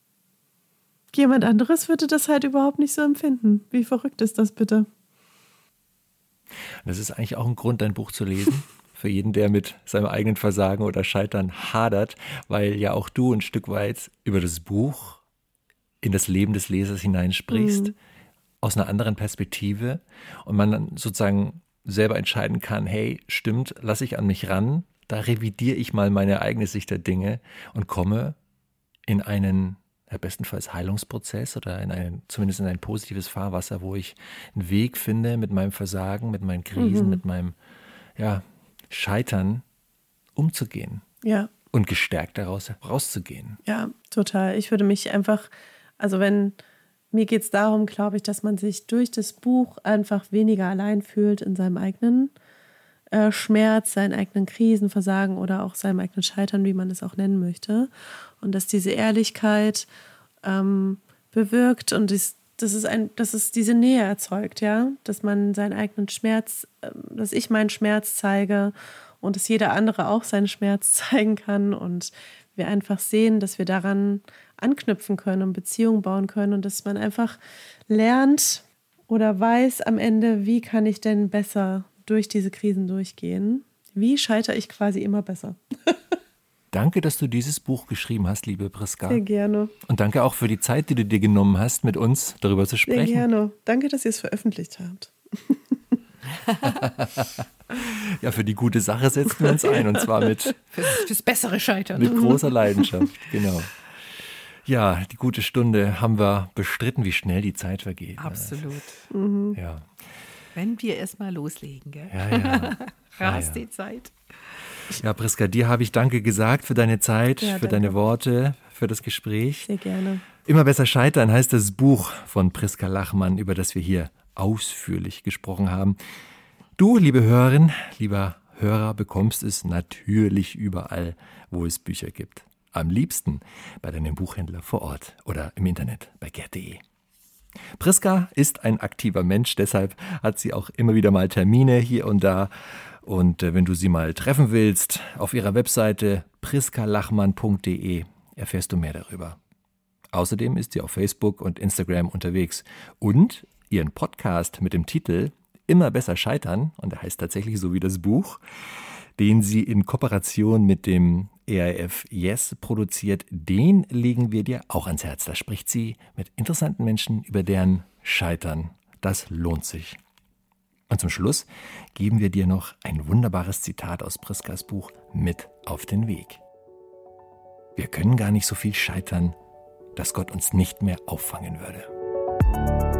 jemand anderes würde das halt überhaupt nicht so empfinden. Wie verrückt ist das bitte? Das ist eigentlich auch ein Grund, dein Buch zu lesen. Für jeden, der mit seinem eigenen Versagen oder Scheitern hadert, weil ja auch du ein Stück weit über das Buch in das Leben des Lesers hineinsprichst, mhm. aus einer anderen Perspektive und man dann sozusagen selber entscheiden kann, hey, stimmt, lasse ich an mich ran, da revidiere ich mal meine eigene Sicht der Dinge und komme in einen, ja, bestenfalls Heilungsprozess oder in einen, zumindest in ein positives Fahrwasser, wo ich einen Weg finde, mit meinem Versagen, mit meinen Krisen, mhm. mit meinem ja, Scheitern umzugehen. Ja. Und gestärkt daraus rauszugehen. Ja, total. Ich würde mich einfach, also wenn, mir geht es darum, glaube ich, dass man sich durch das Buch einfach weniger allein fühlt in seinem eigenen äh, Schmerz, seinen eigenen Krisen, Versagen oder auch seinem eigenen Scheitern, wie man es auch nennen möchte. Und dass diese Ehrlichkeit ähm, bewirkt und das, das ist ein, dass es diese Nähe erzeugt, ja, dass man seinen eigenen Schmerz, äh, dass ich meinen Schmerz zeige und dass jeder andere auch seinen Schmerz zeigen kann und wir einfach sehen, dass wir daran anknüpfen können und Beziehungen bauen können und dass man einfach lernt oder weiß am Ende, wie kann ich denn besser durch diese Krisen durchgehen? Wie scheitere ich quasi immer besser? Danke, dass du dieses Buch geschrieben hast, liebe Priska. Sehr gerne. Und danke auch für die Zeit, die du dir genommen hast, mit uns darüber zu sprechen. Sehr gerne. Danke, dass ihr es veröffentlicht habt. Ja, für die gute Sache setzen wir uns ein und zwar mit Fürs, fürs bessere Scheitern. Mit großer Leidenschaft, genau. Ja, die gute Stunde haben wir bestritten, wie schnell die Zeit vergeht. Absolut. Mhm. Ja. Wenn wir erstmal loslegen, gell? Ja, ja. Rast ja, ja. die Zeit. Ja, Priska, dir habe ich Danke gesagt für deine Zeit, Ja, für danke. deine Worte, für das Gespräch. Sehr gerne. Immer besser scheitern heißt das Buch von Priska Lachmann, über das wir hier ausführlich gesprochen haben. Du, liebe Hörerin, lieber Hörer, bekommst es natürlich überall, wo es Bücher gibt. Am liebsten bei deinem Buchhändler vor Ort oder im Internet bei gerd punkt de. Priska ist ein aktiver Mensch, deshalb hat sie auch immer wieder mal Termine hier und da. Und wenn du sie mal treffen willst, auf ihrer Webseite priska lachmann punkt de erfährst du mehr darüber. Außerdem ist sie auf Facebook und Instagram unterwegs. Und ihren Podcast mit dem Titel Immer besser scheitern, und der heißt tatsächlich so wie das Buch, den sie in Kooperation mit dem E R F Yes produziert, den legen wir dir auch ans Herz. Da spricht sie mit interessanten Menschen über deren Scheitern. Das lohnt sich. Und zum Schluss geben wir dir noch ein wunderbares Zitat aus Priskas Buch mit auf den Weg. Wir können gar nicht so viel scheitern, dass Gott uns nicht mehr auffangen würde.